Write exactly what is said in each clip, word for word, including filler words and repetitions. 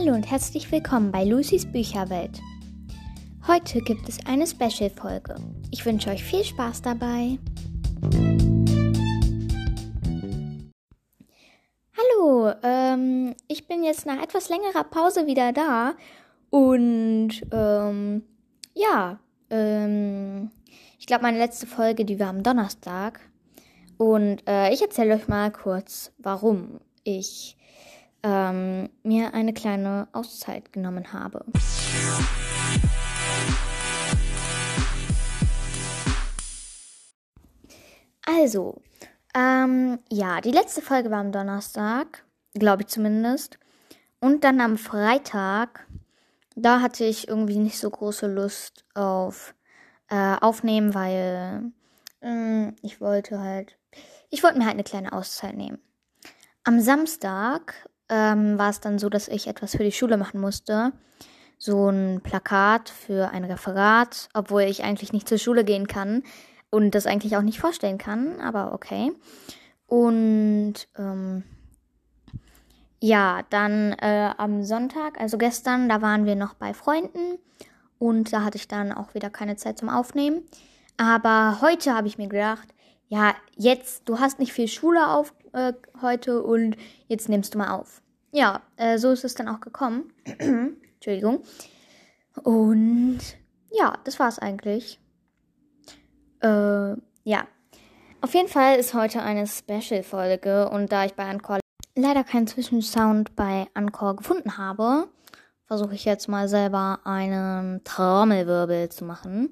Hallo und herzlich willkommen bei Lucys Bücherwelt. Heute gibt es eine Special-Folge. Ich wünsche euch viel Spaß dabei. Hallo, ähm, ich bin jetzt nach etwas längerer Pause wieder da und ähm, ja, ähm, ich glaube meine letzte Folge, die war am Donnerstag und äh, ich erzähle euch mal kurz, warum ich ähm, mir eine kleine Auszeit genommen habe. Also, ähm, ja, die letzte Folge war am Donnerstag, glaube ich zumindest. Und dann am Freitag, da hatte ich irgendwie nicht so große Lust auf äh, Aufnehmen, weil äh, ich wollte halt, ich wollte mir halt eine kleine Auszeit nehmen. Am Samstag ähm, war es dann so, dass ich etwas für die Schule machen musste. So ein Plakat für ein Referat, obwohl ich eigentlich nicht zur Schule gehen kann und das eigentlich auch nicht vorstellen kann, aber okay. Und ähm, ja, dann äh, am Sonntag, also gestern, da waren wir noch bei Freunden und da hatte ich dann auch wieder keine Zeit zum Aufnehmen. Aber heute habe ich mir gedacht, ja, jetzt, du hast nicht viel Schule auf äh, heute und jetzt nimmst du mal auf. Ja, äh, so ist es dann auch gekommen. Entschuldigung. Und ja, das war's eigentlich. Äh, ja. Auf jeden Fall ist heute eine Special-Folge und da ich bei Anchor leider keinen Zwischensound bei Anchor gefunden habe, versuche ich jetzt mal selber einen Trommelwirbel zu machen.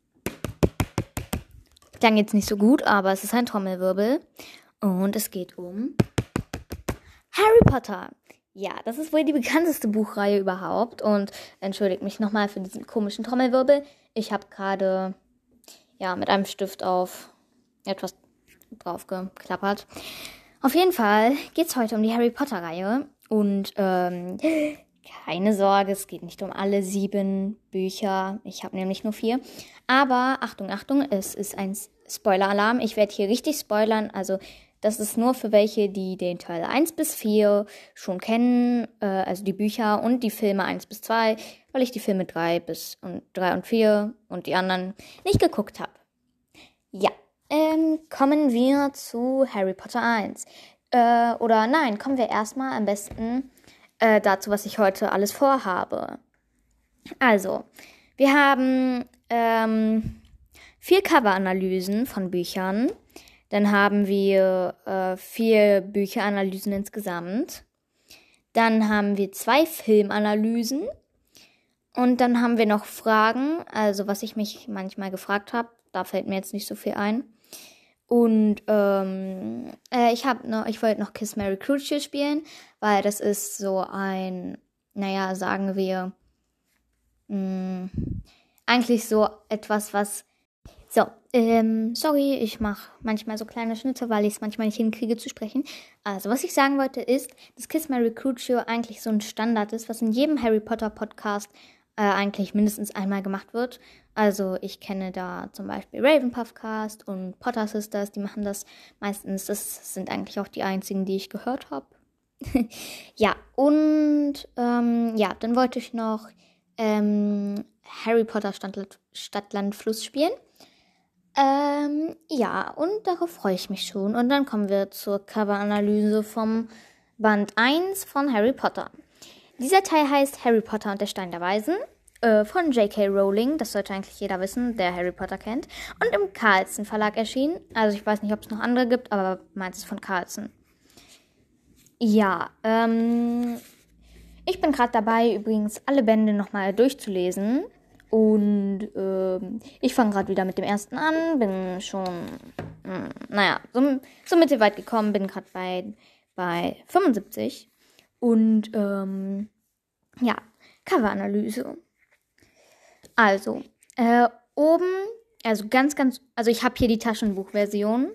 Klang jetzt nicht so gut, aber es ist ein Trommelwirbel. Und es geht um Harry Potter. Ja, das ist wohl die bekannteste Buchreihe überhaupt. Und entschuldigt mich nochmal für diesen komischen Trommelwirbel. Ich habe gerade ja mit einem Stift auf etwas drauf geklappert. Auf jeden Fall geht es heute um die Harry Potter-Reihe. Und ähm, keine Sorge, es geht nicht um alle sieben Bücher. Ich habe nämlich nur vier. Aber Achtung, Achtung, es ist ein Spoiler-Alarm. Ich werde hier richtig spoilern. Also das ist nur für welche, die den Teil eins bis vier schon kennen. Äh, also die Bücher und die Filme eins bis zwei. Weil ich die Filme drei bis und drei und vier und die anderen nicht geguckt habe. Ja, ähm, kommen wir zu Harry Potter eins. Äh, oder nein, kommen wir erstmal am besten äh, dazu, was ich heute alles vorhabe. Also, wir haben ähm, vier Cover-Analysen von Büchern. Dann haben wir äh, vier Bücheranalysen insgesamt. Dann haben wir zwei Filmanalysen. Und dann haben wir noch Fragen, also was ich mich manchmal gefragt habe. Da fällt mir jetzt nicht so viel ein. Und ähm, äh, ich habe noch, ich wollte noch Kiss Mary Crucio spielen, weil das ist so ein, naja, sagen wir, mh, eigentlich so etwas, was, so, ähm, sorry, ich mache manchmal so kleine Schnitte, weil ich es manchmal nicht hinkriege zu sprechen. Also, was ich sagen wollte ist, dass Kiss Mary Crucio eigentlich so ein Standard ist, was in jedem Harry Potter Podcast äh, eigentlich mindestens einmal gemacht wird. Also ich kenne da zum Beispiel Ravenpuffcast und Potter Sisters, die machen das meistens. Das sind eigentlich auch die einzigen, die ich gehört habe. Ja, und ähm, ja, dann wollte ich noch ähm, Harry Potter Stadt, Stadt, Land, Fluss spielen. Ähm, ja, und darauf freue ich mich schon. Und dann kommen wir zur Coveranalyse vom Band eins von Harry Potter. Dieser Teil heißt Harry Potter und der Stein der Weisen. Von J K. Rowling, das sollte eigentlich jeder wissen, der Harry Potter kennt, und im Carlsen Verlag erschienen. Also ich weiß nicht, ob es noch andere gibt, aber meins ist von Carlsen. Ja, ähm, ich bin gerade dabei, übrigens alle Bände nochmal durchzulesen. Und ähm, ich fange gerade wieder mit dem ersten an, bin schon, mh, naja, so, so mittelweit gekommen, bin gerade bei, bei fünfundsiebzig. Und ähm, ja, Coveranalyse. Also, äh, oben, also ganz, ganz, also ich habe hier die Taschenbuchversion.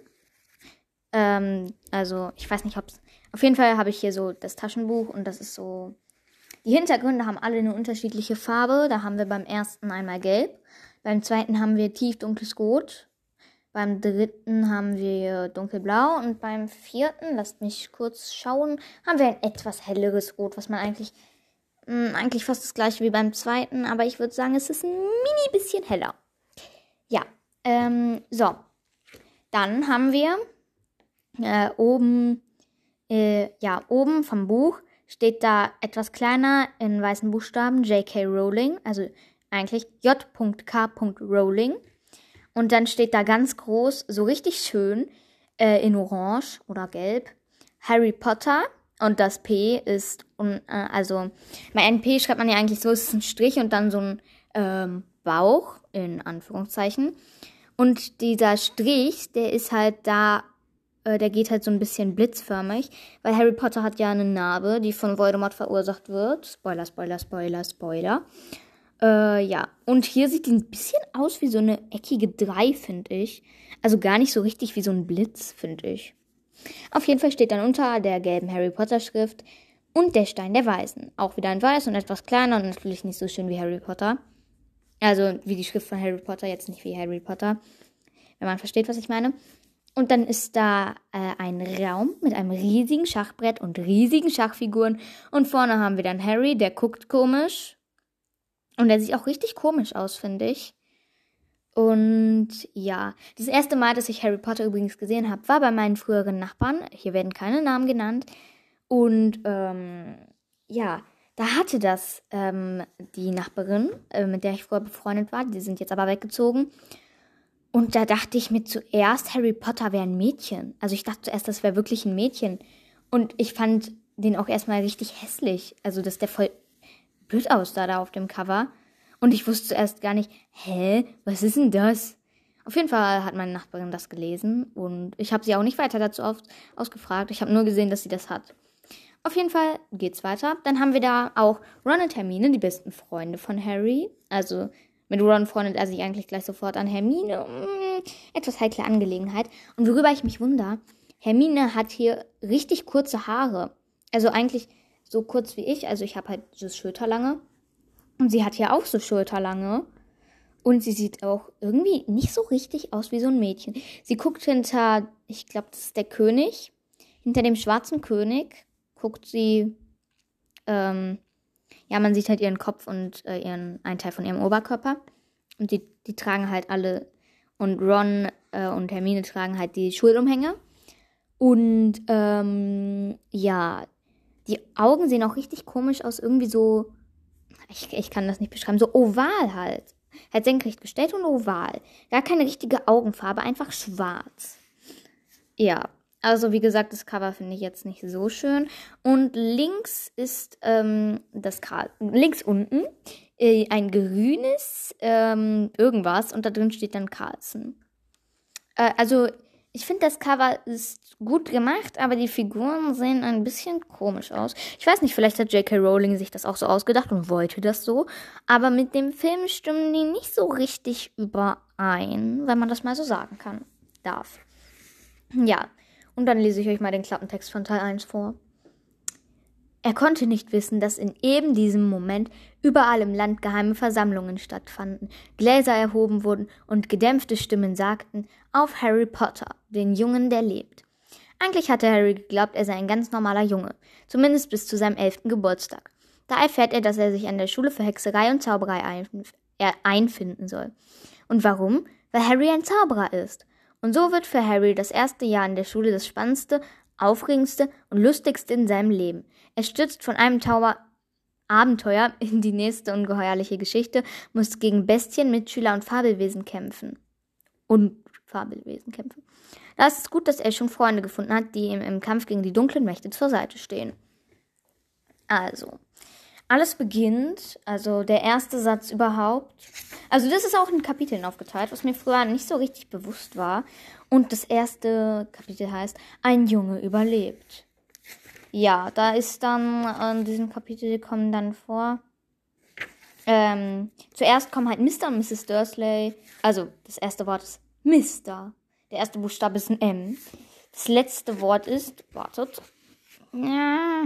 Ähm, also ich weiß nicht, ob es, auf jeden Fall habe ich hier so das Taschenbuch und das ist so, die Hintergründe haben alle eine unterschiedliche Farbe. Da haben wir beim ersten einmal gelb, beim zweiten haben wir tiefdunkles Rot, beim dritten haben wir dunkelblau und beim vierten, lasst mich kurz schauen, haben wir ein etwas helleres Rot, was man eigentlich mh, eigentlich fast das gleiche wie beim zweiten, aber ich würde sagen, es ist ein mini bisschen heller. Ja, ähm, so. Dann haben wir äh, oben, äh, ja, oben vom Buch steht da etwas kleiner in weißen Buchstaben J K. Rowling, also eigentlich J K. Rowling. Und dann steht da ganz groß, so richtig schön, äh, in Orange oder Gelb, Harry Potter. Und das P ist, äh, also bei N P schreibt man ja eigentlich so, es ist ein Strich und dann so ein ähm, Bauch, in Anführungszeichen. Und dieser Strich, der ist halt da, äh, der geht halt so ein bisschen blitzförmig, weil Harry Potter hat ja eine Narbe, die von Voldemort verursacht wird. Spoiler, Spoiler, Spoiler, Spoiler. Äh, ja. Und hier sieht die ein bisschen aus wie so eine eckige drei, finde ich. Also gar nicht so richtig wie so ein Blitz, finde ich. Auf jeden Fall steht dann unter der gelben Harry Potter Schrift und der Stein der Weisen. Auch wieder in weiß und etwas kleiner und natürlich nicht so schön wie Harry Potter. Also wie die Schrift von Harry Potter, jetzt nicht wie Harry Potter. Wenn man versteht, was ich meine. Und dann ist da äh, ein Raum mit einem riesigen Schachbrett und riesigen Schachfiguren. Und vorne haben wir dann Harry, der guckt komisch. Und der sieht auch richtig komisch aus, finde ich. Und ja, das erste Mal, dass ich Harry Potter übrigens gesehen habe, war bei meinen früheren Nachbarn. Hier werden keine Namen genannt. Und ähm, ja, da hatte das ähm, die Nachbarin, äh, mit der ich früher befreundet war. Die sind jetzt aber weggezogen. Und da dachte ich mir zuerst, Harry Potter wäre ein Mädchen. Also ich dachte zuerst, das wäre wirklich ein Mädchen. Und ich fand den auch erstmal richtig hässlich. Also dass der voll blöd aussah da auf dem Cover. Und ich wusste zuerst gar nicht, hä, was ist denn das? Auf jeden Fall hat meine Nachbarin das gelesen und ich habe sie auch nicht weiter dazu aus- ausgefragt. Ich habe nur gesehen, dass sie das hat. Auf jeden Fall geht's weiter. Dann haben wir da auch Ron und Hermine, die besten Freunde von Harry. Also mit Ron freundet er sich eigentlich gleich sofort an Hermine. Hm, etwas heikle Angelegenheit. Und worüber ich mich wundere, Hermine hat hier richtig kurze Haare. Also eigentlich so kurz wie ich. Also ich habe halt so schulterlange. Und sie hat hier auch so schulterlange. Und sie sieht auch irgendwie nicht so richtig aus wie so ein Mädchen. Sie guckt hinter, ich glaube, das ist der König. Hinter dem schwarzen König guckt sie, ähm, ja, man sieht halt ihren Kopf und äh, ihren, einen Teil von ihrem Oberkörper. Und die, die tragen halt alle, und Ron äh, und Hermine tragen halt die Schulumhänge. Und, ähm, ja, die Augen sehen auch richtig komisch aus, irgendwie so, ich, ich kann das nicht beschreiben, so oval halt. Halt senkrecht gestellt und oval. Gar keine richtige Augenfarbe, einfach schwarz. Ja, also wie gesagt, das Cover finde ich jetzt nicht so schön. Und links ist ähm, das Kar- links unten äh, ein grünes ähm, irgendwas und da drin steht dann Carlsen. Äh, also ich finde, das Cover ist gut gemacht, aber die Figuren sehen ein bisschen komisch aus. Ich weiß nicht, vielleicht hat J K. Rowling sich das auch so ausgedacht und wollte das so. Aber mit dem Film stimmen die nicht so richtig überein, wenn man das mal so sagen kann, darf. Ja, und dann lese ich euch mal den Klappentext von Teil eins vor. Er konnte nicht wissen, dass in eben diesem Moment überall im Land geheime Versammlungen stattfanden, Gläser erhoben wurden und gedämpfte Stimmen sagten, auf Harry Potter, den Jungen, der lebt. Eigentlich hatte Harry geglaubt, er sei ein ganz normaler Junge, zumindest bis zu seinem elften Geburtstag. Da erfährt er, dass er sich an der Schule für Hexerei und Zauberei einf- er einfinden soll. Und warum? Weil Harry ein Zauberer ist. Und so wird für Harry das erste Jahr in der Schule das spannendste, aufregendste und lustigste in seinem Leben. Er stürzt von einem Tauber Abenteuer in die nächste ungeheuerliche Geschichte, muss gegen Bestien, Mitschüler und Fabelwesen kämpfen. Und Fabelwesen kämpfen. Da ist es gut, dass er schon Freunde gefunden hat, die ihm im Kampf gegen die dunklen Mächte zur Seite stehen. Also, alles beginnt, also der erste Satz überhaupt. Also das ist auch in Kapiteln aufgeteilt, was mir früher nicht so richtig bewusst war. Und das erste Kapitel heißt, ein Junge überlebt. Ja, da ist dann, in diesem Kapitel kommen dann vor, ähm, zuerst kommen halt Mister und Misses Dursley. Also das erste Wort ist Mister. Der erste Buchstabe ist ein M. Das letzte Wort ist, wartet, ja,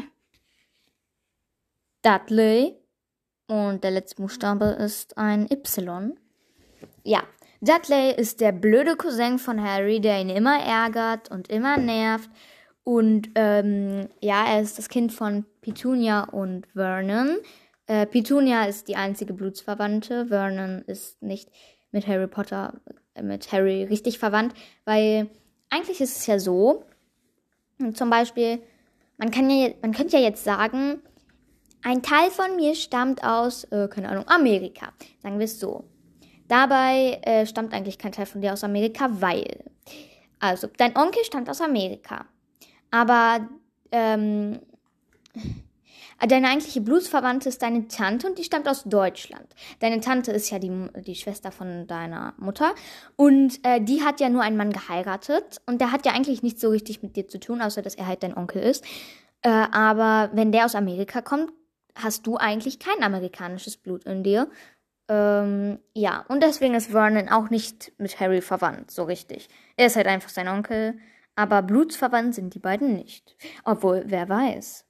Dudley. Und der letzte Buchstabe ist ein Y. Ja, Dudley ist der blöde Cousin von Harry, der ihn immer ärgert und immer nervt. Und ähm, ja, er ist das Kind von Petunia und Vernon. Äh, Petunia ist die einzige Blutsverwandte. Vernon ist nicht mit Harry Potter, äh, mit Harry richtig verwandt, weil eigentlich ist es ja so, zum Beispiel, man kann ja, man könnte ja jetzt sagen, ein Teil von mir stammt aus, äh, keine Ahnung, Amerika. Sagen wir es so. Dabei äh, stammt eigentlich kein Teil von dir aus Amerika, weil, also, dein Onkel stammt aus Amerika. Aber, ähm, deine eigentliche Blutsverwandte ist deine Tante und die stammt aus Deutschland. Deine Tante ist ja die, die Schwester von deiner Mutter und äh, die hat ja nur einen Mann geheiratet und der hat ja eigentlich nichts so richtig mit dir zu tun, außer dass er halt dein Onkel ist. Äh, aber wenn der aus Amerika kommt, hast du eigentlich kein amerikanisches Blut in dir. Ähm, ja, und deswegen ist Vernon auch nicht mit Harry verwandt, so richtig. Er ist halt einfach sein Onkel, aber blutsverwandt sind die beiden nicht. Obwohl, wer weiß.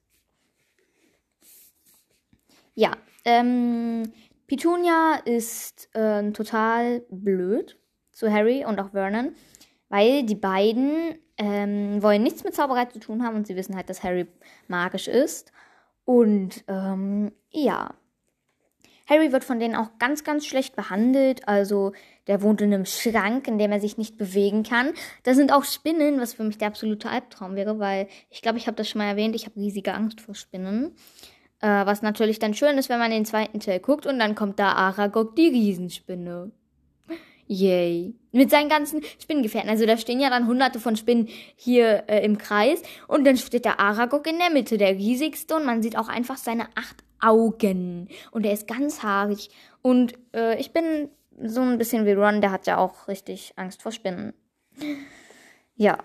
Ja, ähm, Petunia ist äh, total blöd zu Harry und auch Vernon, weil die beiden ähm, wollen nichts mit Zauberei zu tun haben und sie wissen halt, dass Harry magisch ist. Und ähm, ja, Harry wird von denen auch ganz, ganz schlecht behandelt. Also der wohnt in einem Schrank, in dem er sich nicht bewegen kann. Da sind auch Spinnen, was für mich der absolute Albtraum wäre, weil ich glaube, ich habe das schon mal erwähnt, ich habe riesige Angst vor Spinnen. Äh, was natürlich dann schön ist, wenn man den zweiten Teil guckt und dann kommt da Aragog, die Riesenspinne. Yay. Mit seinen ganzen Spinnengefährten. Also da stehen ja dann hunderte von Spinnen hier äh, im Kreis. Und dann steht der Aragog in der Mitte, der riesigste. Und man sieht auch einfach seine acht Augen. Und er ist ganz haarig. Und äh, ich bin so ein bisschen wie Ron, der hat ja auch richtig Angst vor Spinnen. Ja.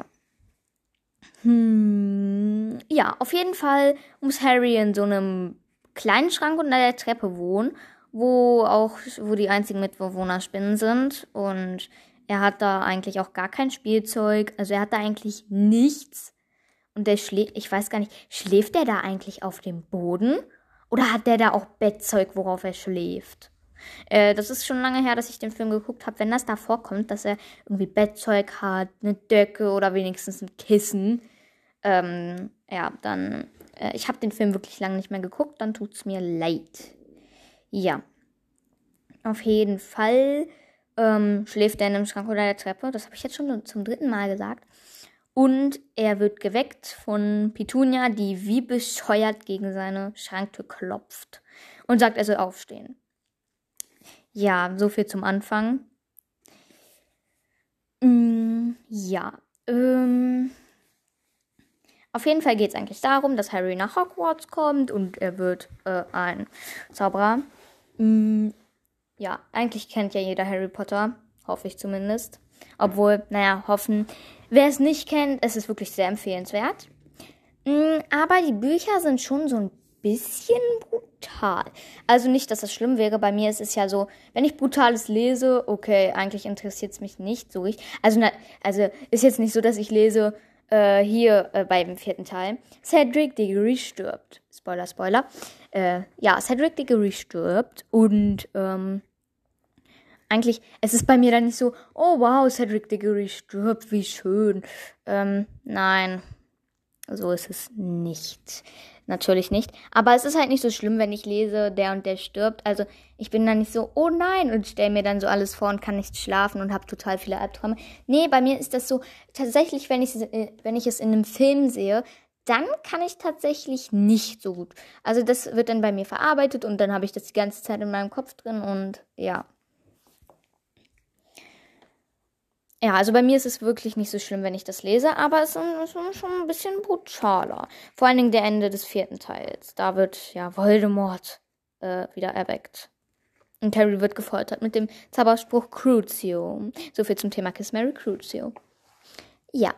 Hm, ja, auf jeden Fall muss Harry in so einem kleinen Schrank unter der Treppe wohnen, wo auch, wo die einzigen Mitbewohner Spinnen sind. Und er hat da eigentlich auch gar kein Spielzeug. Also er hat da eigentlich nichts. Und der schläft, ich weiß gar nicht, schläft der da eigentlich auf dem Boden? Oder hat der da auch Bettzeug, worauf er schläft? Äh, das ist schon lange her, dass ich den Film geguckt habe. Wenn das da vorkommt, dass er irgendwie Bettzeug hat, eine Decke oder wenigstens ein Kissen, ähm, ja, dann, äh, ich habe den Film wirklich lange nicht mehr geguckt, dann tut's mir leid. Ja, auf jeden Fall ähm, schläft er in einem Schrank oder der Treppe. Das habe ich jetzt schon zum dritten Mal gesagt. Und er wird geweckt von Petunia, die wie bescheuert gegen seine Schranktür klopft und sagt, er soll aufstehen. Ja, so viel zum Anfang. Mm, ja, ähm... Auf jeden Fall geht es eigentlich darum, dass Harry nach Hogwarts kommt und er wird äh, ein Zauberer. Mm, ja, eigentlich kennt ja jeder Harry Potter, hoffe ich zumindest. Obwohl, naja, hoffen. Wer es nicht kennt, es ist wirklich sehr empfehlenswert. Mm, aber die Bücher sind schon so ein bisschen brutal. Also nicht, dass das schlimm wäre. Bei mir ist es ja so, wenn ich Brutales lese, okay, eigentlich interessiert es mich nicht so richtig. Also, na, also ist jetzt nicht so, dass ich lese, Äh, hier äh, beim vierten Teil. Cedric Diggory stirbt. Spoiler, Spoiler. Äh, ja, Cedric Diggory stirbt und ähm, eigentlich, es ist bei mir dann nicht so, oh wow, Cedric Diggory stirbt, wie schön. Ähm, nein, so ist es nicht. Natürlich nicht. Aber es ist halt nicht so schlimm, wenn ich lese, der und der stirbt. Also ich bin dann nicht so, oh nein, und stelle mir dann so alles vor und kann nicht schlafen und habe total viele Albträume. Nee, bei mir ist das so, tatsächlich, wenn ich, wenn ich es in einem Film sehe, dann kann ich tatsächlich nicht so gut. Also das wird dann bei mir verarbeitet und dann habe ich das die ganze Zeit in meinem Kopf drin und ja. Ja, also bei mir ist es wirklich nicht so schlimm, wenn ich das lese, aber es ist schon ein bisschen brutaler. Vor allen Dingen der Ende des vierten Teils. Da wird ja Voldemort äh, wieder erweckt. Und Harry wird gefoltert mit dem Zauberspruch Crucio. So viel zum Thema Kiss, Mary, Crucio. Ja.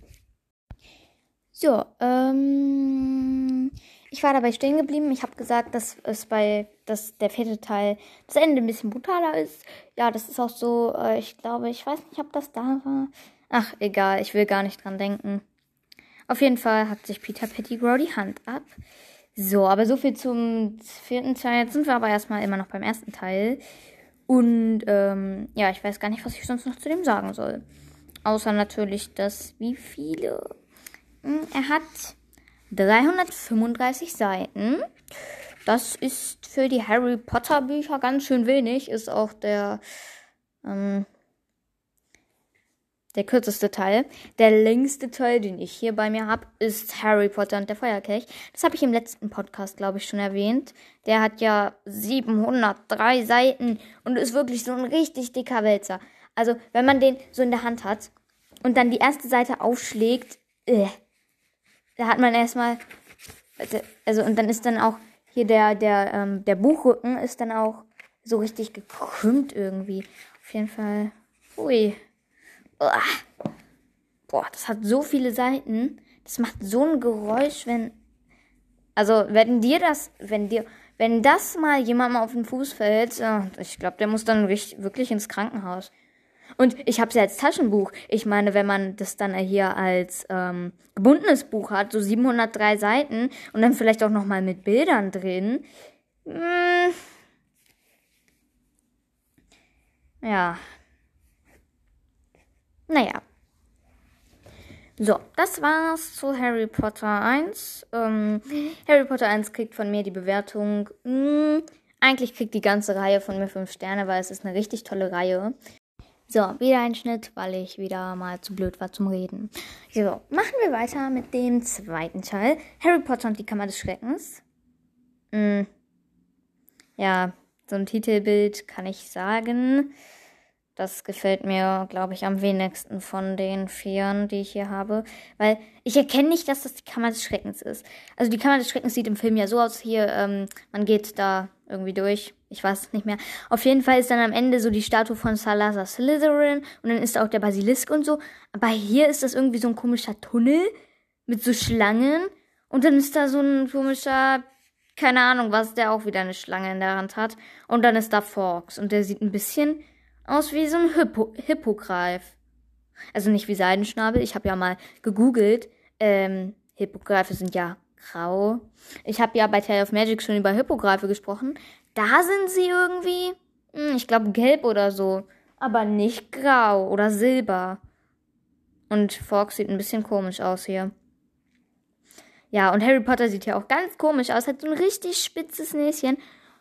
So, ähm... ich war dabei stehen geblieben. Ich habe gesagt, dass es bei, dass der vierte Teil das Ende ein bisschen brutaler ist. Ja, das ist auch so, äh, ich glaube, ich weiß nicht, ob das da war. Ach, egal, ich will gar nicht dran denken. Auf jeden Fall hackt sich Peter Pettigrew die Hand ab. So, aber so viel zum vierten Teil. Jetzt sind wir aber erstmal immer noch beim ersten Teil. Und, ähm, ja, ich weiß gar nicht, was ich sonst noch zu dem sagen soll. Außer natürlich, dass, wie viele? Hm, er hat dreihundertfünfunddreißig Seiten das ist für die Harry Potter Bücher ganz schön wenig. Ist auch der, ähm, der kürzeste Teil. Der längste Teil, den ich hier bei mir habe, ist Harry Potter und der Feuerkelch. Das habe ich im letzten Podcast, glaube ich, schon erwähnt. Der hat ja siebenhundertdrei Seiten und ist wirklich so ein richtig dicker Wälzer. Also, wenn man den so in der Hand hat und dann die erste Seite aufschlägt, äh, da hat man erstmal, also, und dann ist dann auch hier der, der, ähm, der Buchrücken ist dann auch so richtig gekrümmt irgendwie. Auf jeden Fall, ui. Uah. Boah, das hat so viele Seiten. Das macht so ein Geräusch, wenn, also, wenn dir das, wenn dir, wenn das mal jemandem auf den Fuß fällt, äh, ich glaube, der muss dann richtig, wirklich ins Krankenhaus. Und ich habe es ja als Taschenbuch. Ich meine, wenn man das dann hier als ähm, gebundenes Buch hat, so siebenhundertdrei Seiten und dann vielleicht auch nochmal mit Bildern drin. Mh, ja. Naja. So, das war's zu Harry Potter eins. Ähm, Harry Potter eins kriegt von mir die Bewertung. Mh, eigentlich kriegt die ganze Reihe von mir fünf Sterne, weil es ist eine richtig tolle Reihe. So, wieder ein Schnitt, weil ich wieder mal zu blöd war zum Reden. So, machen wir weiter mit dem zweiten Teil. Harry Potter und die Kammer des Schreckens. Hm. Ja, so ein Titelbild kann ich sagen. Das gefällt mir, glaube ich, am wenigsten von den Vieren, die ich hier habe. Weil ich erkenne nicht, dass das die Kammer des Schreckens ist. Also die Kammer des Schreckens sieht im Film ja so aus. Hier, ähm, man geht da irgendwie durch. Ich weiß es nicht mehr. Auf jeden Fall ist dann am Ende so die Statue von Salazar Slytherin. Und dann ist da auch der Basilisk und so. Aber hier ist das irgendwie so ein komischer Tunnel mit so Schlangen. Und dann ist da so ein komischer, keine Ahnung was, der auch wieder eine Schlange in der Hand hat. Und dann ist da Fawkes. Und der sieht ein bisschen aus wie so ein Hippo, Hippogreif. Also nicht wie Seidenschnabel. Ich habe ja mal gegoogelt. Ähm, Hippogreife sind ja grau. Ich habe ja bei Tale of Magic schon über Hippogreife gesprochen. Da sind sie irgendwie, hm, ich glaube gelb oder so. Aber nicht grau oder silber. Und Fawkes sieht ein bisschen komisch aus hier. Ja, und Harry Potter sieht ja auch ganz komisch aus. Hat so ein richtig spitzes Näschen.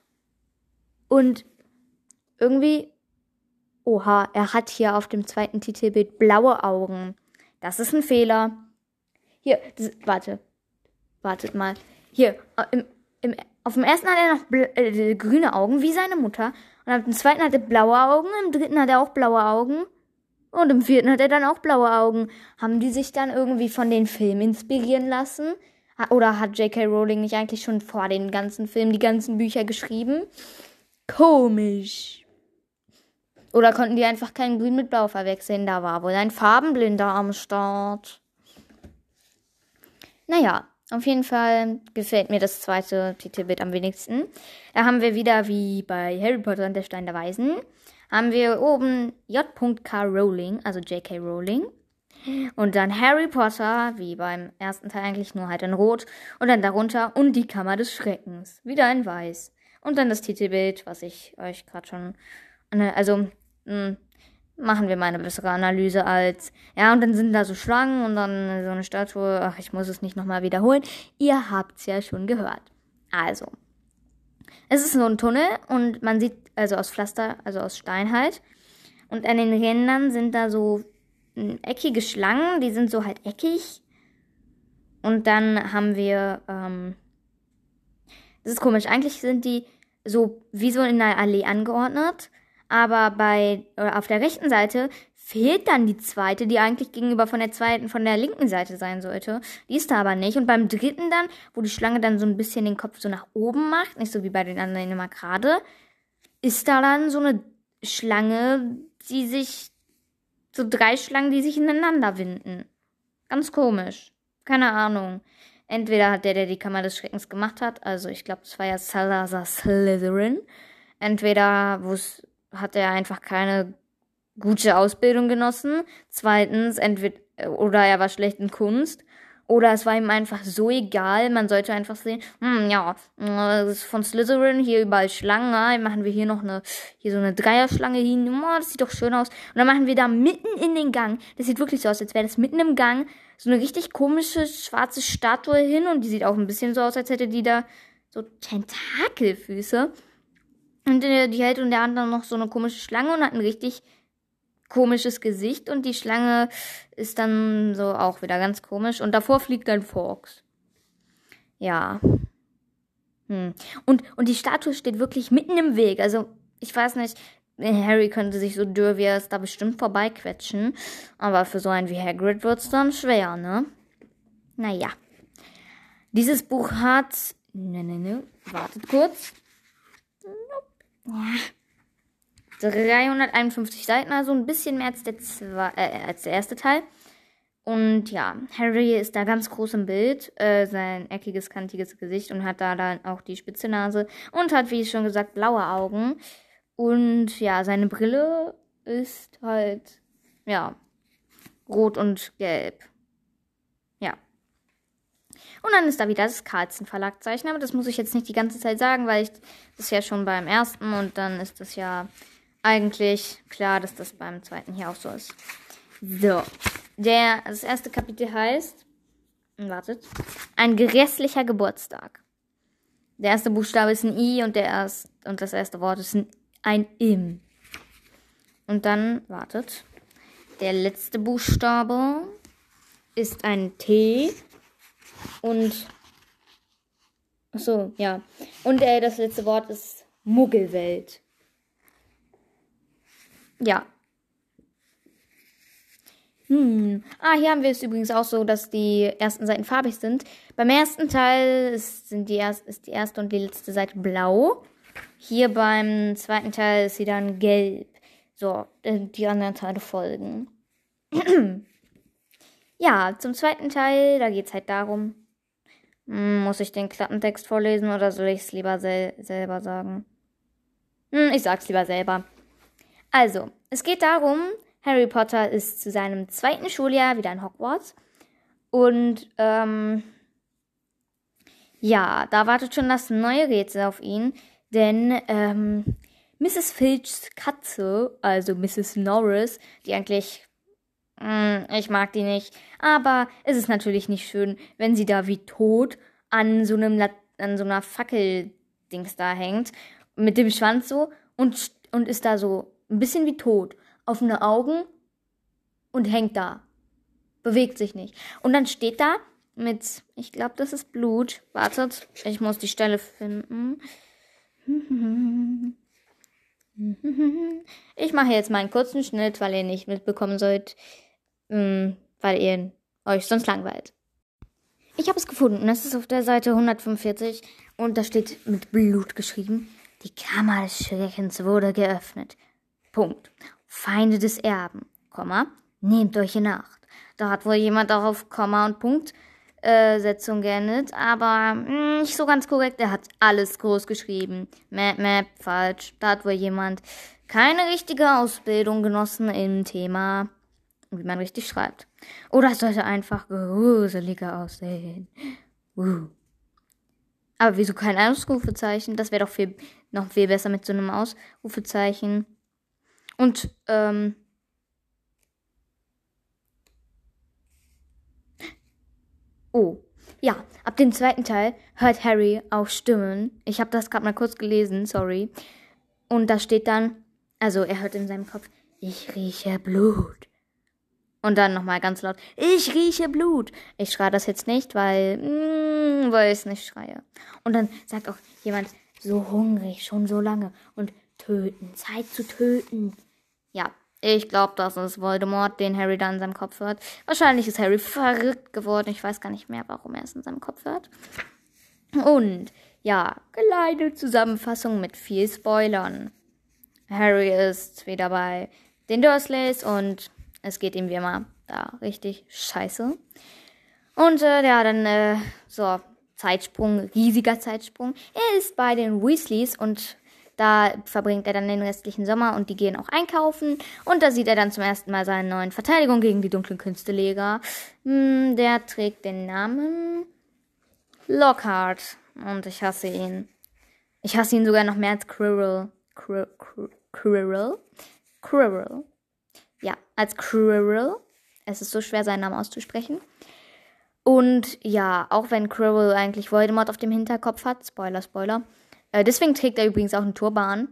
Und irgendwie, oha, er hat hier auf dem zweiten Titelbild blaue Augen. Das ist ein Fehler. Hier, das, warte. Wartet mal. Hier, im, im, auf dem ersten hat er noch bl- äh, grüne Augen, wie seine Mutter. Und auf dem zweiten hat er blaue Augen. Im dritten hat er auch blaue Augen. Und im vierten hat er dann auch blaue Augen. Haben die sich dann irgendwie von den Filmen inspirieren lassen? Oder hat J K. Rowling nicht eigentlich schon vor den ganzen Filmen die ganzen Bücher geschrieben? Komisch. Oder konnten die einfach kein Grün mit Blau verwechseln? Da war wohl ein Farbenblinder am Start. Naja, auf jeden Fall gefällt mir das zweite Titelbild am wenigsten. Da haben wir wieder, wie bei Harry Potter und der Stein der Weisen, haben wir oben J K. Rowling, also J K. Rowling. Und dann Harry Potter, wie beim ersten Teil eigentlich, nur halt in Rot. Und dann darunter und die Kammer des Schreckens, wieder in Weiß. Und dann das Titelbild, was ich euch gerade schon, also, mh, machen wir mal eine bessere Analyse als, ja, und dann sind da so Schlangen und dann so eine Statue, ach, ich muss es nicht nochmal wiederholen. Ihr habt's ja schon gehört. Also, es ist so ein Tunnel und man sieht, also aus Pflaster, also aus Stein halt. Und an den Rändern sind da so eckige Schlangen, die sind so halt eckig. Und dann haben wir, ähm, das ist komisch, eigentlich sind die so wie so in einer Allee angeordnet. Aber bei, äh, auf der rechten Seite fehlt dann die zweite, die eigentlich gegenüber von der zweiten, von der linken Seite sein sollte. Die ist da aber nicht. Und beim dritten dann, wo die Schlange dann so ein bisschen den Kopf so nach oben macht, nicht so wie bei den anderen immer gerade, ist da dann so eine Schlange, die sich, so drei Schlangen, die sich ineinander winden. Ganz komisch. Keine Ahnung. Entweder hat der, der die Kammer des Schreckens gemacht hat, also ich glaube, es war ja Salazar Slytherin, entweder hat er einfach keine gute Ausbildung genossen, zweitens, entweder, oder er war schlecht in Kunst, oder es war ihm einfach so egal, man sollte einfach sehen, hm, ja, das ist von Slytherin, hier überall Schlangen, ja, machen wir hier noch eine, hier so eine Dreierschlange hin, oh, das sieht doch schön aus, und dann machen wir da mitten in den Gang, das sieht wirklich so aus, als wäre das mitten im Gang, so eine richtig komische schwarze Statue hin, und die sieht auch ein bisschen so aus, als hätte die da so Tentakelfüße. Und äh, die hält unter anderem noch so eine komische Schlange und hat ein richtig komisches Gesicht. Und die Schlange ist dann so auch wieder ganz komisch. Und davor fliegt ein Fox. Ja. Hm. Und, und die Statue steht wirklich mitten im Weg. Also, ich weiß nicht, Harry könnte sich so dürr wie er ist da bestimmt vorbeiquetschen. Aber für so einen wie Hagrid wird es dann schwer, ne? Naja. Dieses Buch hat... Ne, ne, ne. Wartet kurz. Ja. dreihunderteinundfünfzig Seiten, also ein bisschen mehr als der, zwei, äh, als der erste Teil. Und ja, Harry ist da ganz groß im Bild, äh, sein eckiges, kantiges Gesicht und hat da dann auch die spitze Nase und hat, wie schon gesagt, blaue Augen. Und ja, seine Brille ist halt, ja, rot und gelb. Ja. Und dann ist da wieder das Carlsen Verlagzeichen, aber das muss ich jetzt nicht die ganze Zeit sagen, weil ich das ja schon beim ersten und dann ist das ja eigentlich klar, dass das beim zweiten hier auch so ist. So, der, das erste Kapitel heißt, wartet, ein grässlicher Geburtstag. Der erste Buchstabe ist ein I und, der erst, und das erste Wort ist ein, ein Im. Und dann, wartet, der letzte Buchstabe ist ein T und, achso, ja, und äh, das letzte Wort ist Muggelwelt. Ja. Hm. Ah, hier haben wir es übrigens auch so, dass die ersten Seiten farbig sind. Beim ersten Teil ist, sind die erst, ist die erste und die letzte Seite blau. Hier beim zweiten Teil ist sie dann gelb. So, die anderen Teile folgen. Ja, zum zweiten Teil, da geht es halt darum, hm, muss ich den Klappentext vorlesen oder soll ich es lieber sel- selber sagen? Hm, ich sag's lieber selber. Also, es geht darum, Harry Potter ist zu seinem zweiten Schuljahr wieder in Hogwarts. Und, ähm, ja, da wartet schon das neue Rätsel auf ihn. Denn, ähm, Misses Filchs Katze, also Misses Norris, die eigentlich, mh, ich mag die nicht. Aber es ist natürlich nicht schön, wenn sie da wie tot an so einem, La- an so einer Fackeldings da hängt. Mit dem Schwanz so und, und ist da so ein bisschen wie tot. Offene Augen und hängt da. Bewegt sich nicht. Und dann steht da mit, ich glaube, das ist Blut. Wartet, ich muss die Stelle finden. Ich mache jetzt mal einen kurzen Schnitt, weil ihr nicht mitbekommen sollt, weil ihr euch sonst langweilt. Ich habe es gefunden. Das ist auf der Seite hundertfünfundvierzig und da steht mit Blut geschrieben: Die Kammer des Schreckens wurde geöffnet. Punkt. Feinde des Erben, Komma, nehmt euch in Acht. Da hat wohl jemand auch auf Komma und Punkt äh, Setzung geändert, aber mh, nicht so ganz korrekt. Er hat alles groß geschrieben. Map, Map, falsch. Da hat wohl jemand keine richtige Ausbildung genossen im Thema, wie man richtig schreibt. Oder es sollte einfach gruseliger aussehen. Uh. Aber wieso kein Ausrufezeichen? Das wäre doch viel, noch viel besser mit so einem Ausrufezeichen. Und, ähm, oh, ja, ab dem zweiten Teil hört Harry auch Stimmen. Ich habe das gerade mal kurz gelesen, sorry. Und da steht dann, also er hört in seinem Kopf, ich rieche Blut. Und dann nochmal ganz laut, ich rieche Blut. Ich schreie das jetzt nicht, weil, mh, weil ich es nicht schreie. Und dann sagt auch jemand, so hungrig, schon so lange. Und töten, Zeit zu töten. Ja, ich glaube, das ist Voldemort, den Harry da in seinem Kopf hört. Wahrscheinlich ist Harry verrückt geworden. Ich weiß gar nicht mehr, warum er es in seinem Kopf hört. Und, ja, kleine Zusammenfassung mit viel Spoilern. Harry ist wieder bei den Dursleys und es geht ihm wie immer da richtig scheiße. Und, äh, ja, dann, äh, so, Zeitsprung, riesiger Zeitsprung. Er ist bei den Weasleys und da verbringt er dann den restlichen Sommer und die gehen auch einkaufen. Und da sieht er dann zum ersten Mal seinen neuen Verteidigung gegen die dunklen Künsteleger. Hm, der trägt den Namen Lockhart. Und ich hasse ihn. Ich hasse ihn sogar noch mehr als Quirrell. Quirrell? Quirrell? Quirrell. Ja, als Quirrell. Es ist so schwer, seinen Namen auszusprechen. Und ja, auch wenn Quirrell eigentlich Voldemort auf dem Hinterkopf hat, Spoiler, Spoiler, äh, deswegen trägt er übrigens auch einen Turban.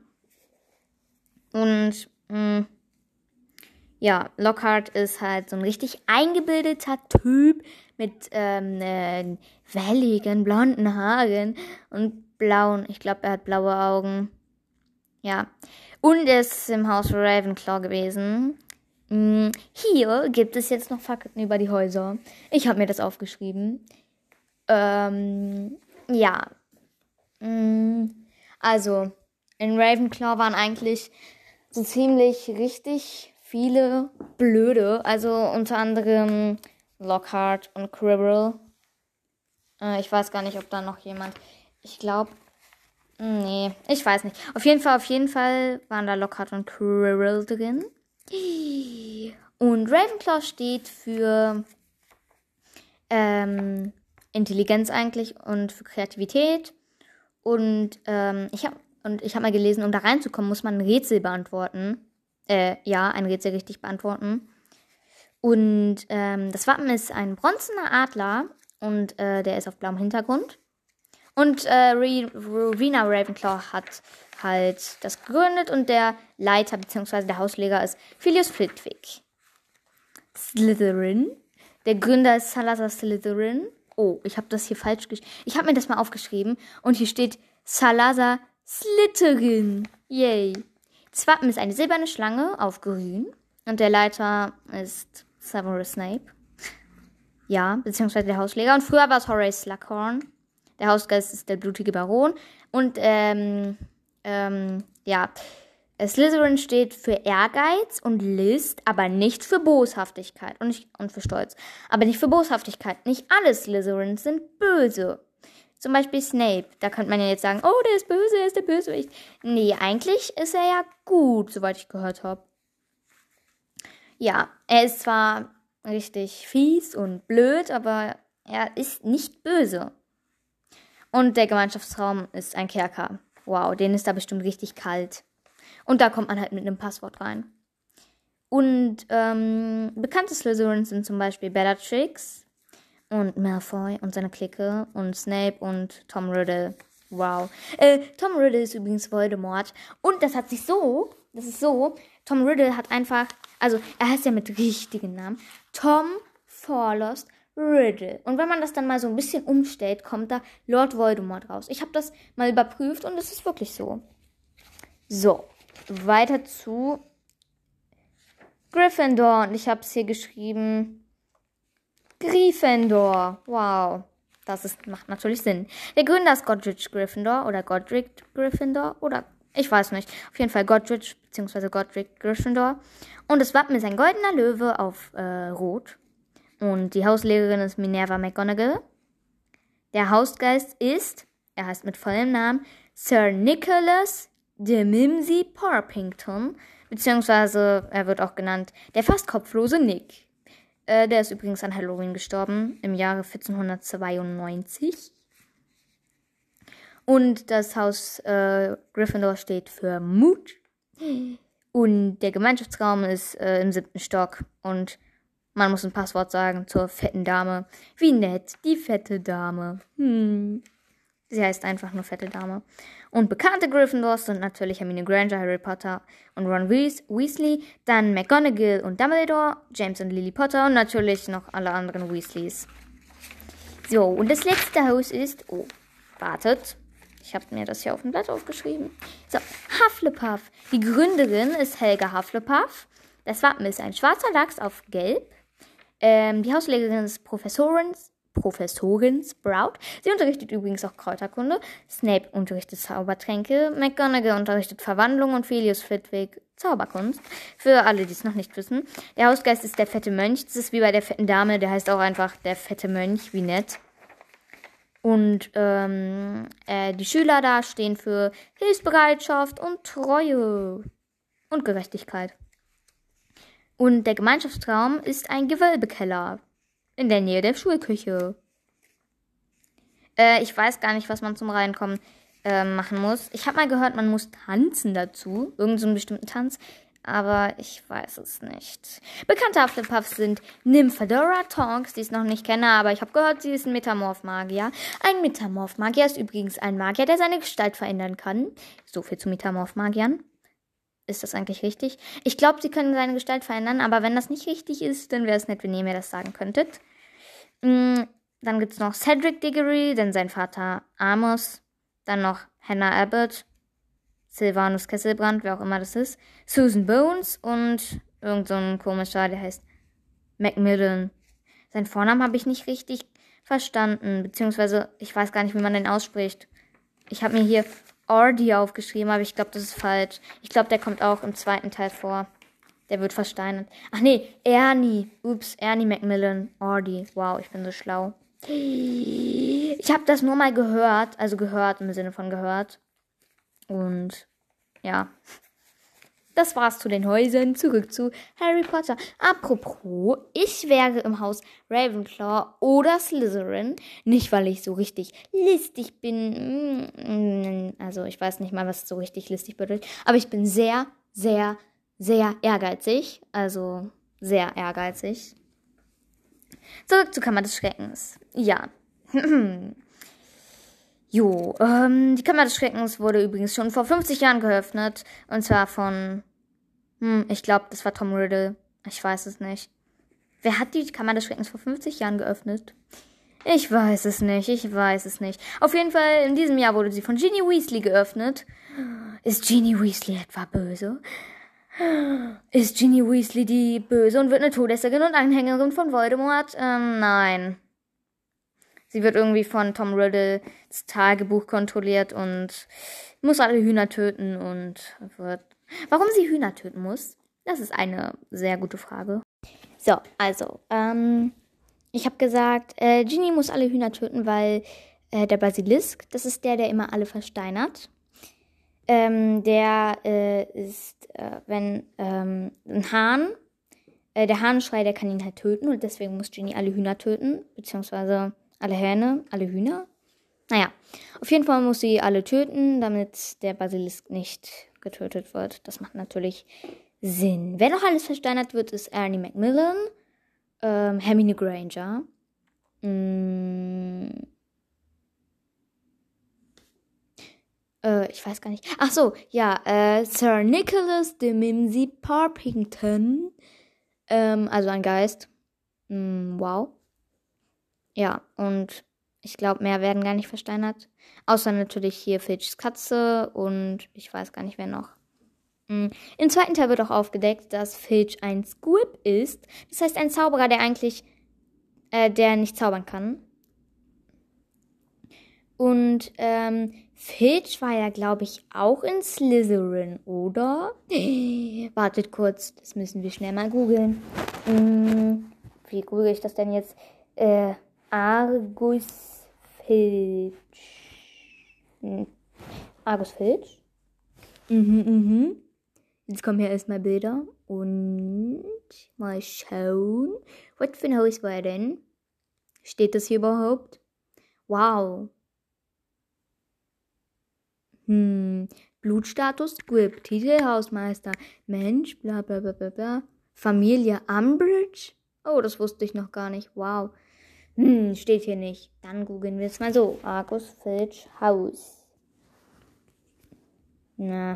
Und mh, ja, Lockhart ist halt so ein richtig eingebildeter Typ mit ähm, äh, welligen, blonden Haaren und blauen, ich glaube, er hat blaue Augen. Ja, und er ist im Haus Ravenclaw gewesen. Hm, hier gibt es jetzt noch Fakten über die Häuser. Ich habe mir das aufgeschrieben. Ähm, ja. Hm, also, in Ravenclaw waren eigentlich so ziemlich richtig viele Blöde. Also unter anderem Lockhart und Quirrell. Äh, ich weiß gar nicht, ob da noch jemand... Ich glaube... Nee, ich weiß nicht. Auf jeden Fall, auf jeden Fall waren da Lockhart und Quirrell drin. Und Ravenclaw steht für ähm, Intelligenz eigentlich und für Kreativität. Und ähm, ich habe und ich habe mal gelesen, um da reinzukommen, muss man ein Rätsel beantworten. Äh, ja, ein Rätsel richtig beantworten. Und ähm, das Wappen ist ein bronzener Adler und äh, der ist auf blauem Hintergrund. Und äh, Rowena Ravenclaw hat halt das gegründet und der Leiter bzw. der Hausleger ist Filius Flitwick. Slytherin. Der Gründer ist Salazar Slytherin. Oh, ich habe das hier falsch geschrieben. Ich habe mir das mal aufgeschrieben und hier steht Salazar Slytherin. Yay. Das Wappen ist eine silberne Schlange auf grün und der Leiter ist Severus Snape. Ja, beziehungsweise der Hausleger. Und früher war es Horace Slughorn. Der Hausgeist ist der blutige Baron. Und, ähm, ähm, ja. Slytherin steht für Ehrgeiz und List, aber nicht für Boshaftigkeit. Und, nicht, und für Stolz. Aber nicht für Boshaftigkeit. Nicht alle Slytherins sind böse. Zum Beispiel Snape. Da könnte man ja jetzt sagen, oh, der ist böse, er ist der Bösewicht. Nee, eigentlich ist er ja gut, soweit ich gehört habe. Ja, er ist zwar richtig fies und blöd, aber er ist nicht böse. Und der Gemeinschaftsraum ist ein Kerker. Wow, den ist da bestimmt richtig kalt. Und da kommt man halt mit einem Passwort rein. Und ähm, bekannte Slytherins sind zum Beispiel Bellatrix und Malfoy und seine Clique und Snape und Tom Riddle. Wow. Äh, Tom Riddle ist übrigens Voldemort. Und das hat sich so, das ist so, Tom Riddle hat einfach, also er heißt ja mit richtigen Namen, Tom Forlost Riddle. Und wenn man das dann mal so ein bisschen umstellt, kommt da Lord Voldemort raus. Ich habe das mal überprüft und es ist wirklich so. So, weiter zu Gryffindor. Und ich habe es hier geschrieben Gryffindor. Wow, das ist, macht natürlich Sinn. Der Gründer ist Godric Gryffindor oder Godric Gryffindor oder ich weiß nicht. Auf jeden Fall Godric bzw. Godric Gryffindor. Und das Wappen ist ein goldener Löwe auf äh, Rot. Und die Hauslehrerin ist Minerva McGonagall. Der Hausgeist ist, er heißt mit vollem Namen, Sir Nicholas de Mimsy Porpington. Beziehungsweise er wird auch genannt der fast kopflose Nick. Äh, der ist übrigens an Halloween gestorben im Jahre vierzehnhundertzweiundneunzig. Und das Haus äh, Gryffindor steht für Mut. Und der Gemeinschaftsraum ist äh, im siebten Stock. Und man muss ein Passwort sagen zur fetten Dame. Wie nett, die fette Dame. Hm. Sie heißt einfach nur fette Dame. Und bekannte Gryffindors sind natürlich Hermine Granger, Harry Potter und Ron Weas- Weasley. Dann McGonagall und Dumbledore, James und Lily Potter und natürlich noch alle anderen Weasleys. So, und das letzte Haus ist... Oh, wartet. Ich habe mir das hier auf dem Blatt aufgeschrieben. So, Hufflepuff. Die Gründerin ist Helga Hufflepuff. Das Wappen ist ein schwarzer Lachs auf Gelb. Ähm, die Hauslehrerin ist Professorin, Professorin Sprout. Sie unterrichtet übrigens auch Kräuterkunde. Snape unterrichtet Zaubertränke. McGonagall unterrichtet Verwandlung und Filius Flitwick Zauberkunst. Für alle, die es noch nicht wissen. Der Hausgeist ist der fette Mönch. Das ist wie bei der fetten Dame. Der heißt auch einfach der fette Mönch. Wie nett. Und ähm, äh, die Schüler da stehen für Hilfsbereitschaft und Treue und Gerechtigkeit. Und der Gemeinschaftsraum ist ein Gewölbekeller in der Nähe der Schulküche. Äh, ich weiß gar nicht, was man zum Reinkommen äh, machen muss. Ich habe mal gehört, man muss tanzen dazu. Irgend so einen bestimmten Tanz. aber ich weiß es nicht. Bekannte Hufflepuffs sind Nymphadora Tonks, die ich noch nicht kenne, aber ich habe gehört, sie ist ein Metamorph-Magier. Ein Metamorph-Magier ist übrigens ein Magier, der seine Gestalt verändern kann. So viel zu Metamorph-Magiern. Ist das eigentlich richtig? Ich glaube, sie können seine Gestalt verändern, aber wenn das nicht richtig ist, dann wäre es nett, wenn ihr mir das sagen könntet. Mm, dann gibt es noch Cedric Diggory, dann sein Vater Amos. Dann noch Hannah Abbott, Sylvanus Kesselbrand, wer auch immer das ist, Susan Bones und irgend so ein komischer, der heißt Macmillan. Seinen Vornamen habe ich nicht richtig verstanden, beziehungsweise ich weiß gar nicht, wie man den ausspricht. Ich habe mir hier Ordy aufgeschrieben, aber ich glaube, das ist falsch. Ich glaube, der kommt auch im zweiten Teil vor. Der wird versteinert. Ach nee, Ernie. Ups, Ernie Macmillan. Ordy. Wow, ich bin so schlau. Ich habe das nur mal gehört, also gehört im Sinne von gehört. Und ja, das war's zu den Häusern. Zurück zu Harry Potter. Apropos, ich wäre im Haus Ravenclaw oder Slytherin. Nicht, weil ich so richtig listig bin. Also ich weiß nicht mal, was so richtig listig bedeutet. Aber ich bin sehr, sehr, sehr ehrgeizig. Also sehr ehrgeizig. Zurück zur Kammer des Schreckens. Ja. Jo, ähm, die Kammer des Schreckens wurde übrigens schon vor fünfzig Jahren geöffnet. Und zwar von, hm, ich glaube, das war Tom Riddle. Ich weiß es nicht. Wer hat die Kammer des Schreckens vor fünfzig Jahren geöffnet? Ich weiß es nicht, ich weiß es nicht. Auf jeden Fall, in diesem Jahr wurde sie von Ginny Weasley geöffnet. Ist Ginny Weasley etwa böse? Ist Ginny Weasley die Böse und wird eine Todesserin und Anhängerin von Voldemort? Ähm, nein. Sie wird irgendwie von Tom Riddles Tagebuch kontrolliert und muss alle Hühner töten und wird... Warum sie Hühner töten muss? Das ist eine sehr gute Frage. So, also, ähm, ich habe gesagt, äh, Ginny muss alle Hühner töten, weil äh, der Basilisk, das ist der, der immer alle versteinert. Ähm, der äh, ist, äh, wenn ähm, ein Hahn, äh, der Hahnenschrei, der kann ihn halt töten und deswegen muss Ginny alle Hühner töten, beziehungsweise alle Hähne, alle Hühner. Naja, auf jeden Fall muss sie alle töten, damit der Basilisk nicht getötet wird. Das macht natürlich Sinn. Wer noch alles versteinert wird, ist Ernie Macmillan, ähm, Hermine Granger, mm, Äh, ich weiß gar nicht. Ach so, ja, äh, Sir Nicholas de Mimsy Parpington. Ähm, also ein Geist. Mm, wow. Ja, und ich glaube, mehr werden gar nicht versteinert. Außer natürlich hier Filchs Katze und ich weiß gar nicht, wer noch. Mm. Im zweiten Teil wird auch aufgedeckt, dass Filch ein Squib ist. Das heißt, ein Zauberer, der eigentlich, äh, der nicht zaubern kann. Und ähm, Filch war ja, glaube ich, auch in Slytherin, oder? Wartet kurz, das müssen wir schnell mal googeln. Hm, wie google ich das denn jetzt? Äh, Argus Filch. Hm. Argus Filch? Mhm, mhm. Jetzt kommen hier erstmal Bilder. Und mal schauen. Was für ein Haus war er denn? Steht das hier überhaupt? Wow. Hm, Blutstatus Squib, Titel Hausmeister, Mensch, bla bla bla bla bla. Familie Umbridge? Oh, das wusste ich noch gar nicht. Wow. Hm, steht hier nicht. Dann googeln wir es mal so. Argus Filch Haus. Na.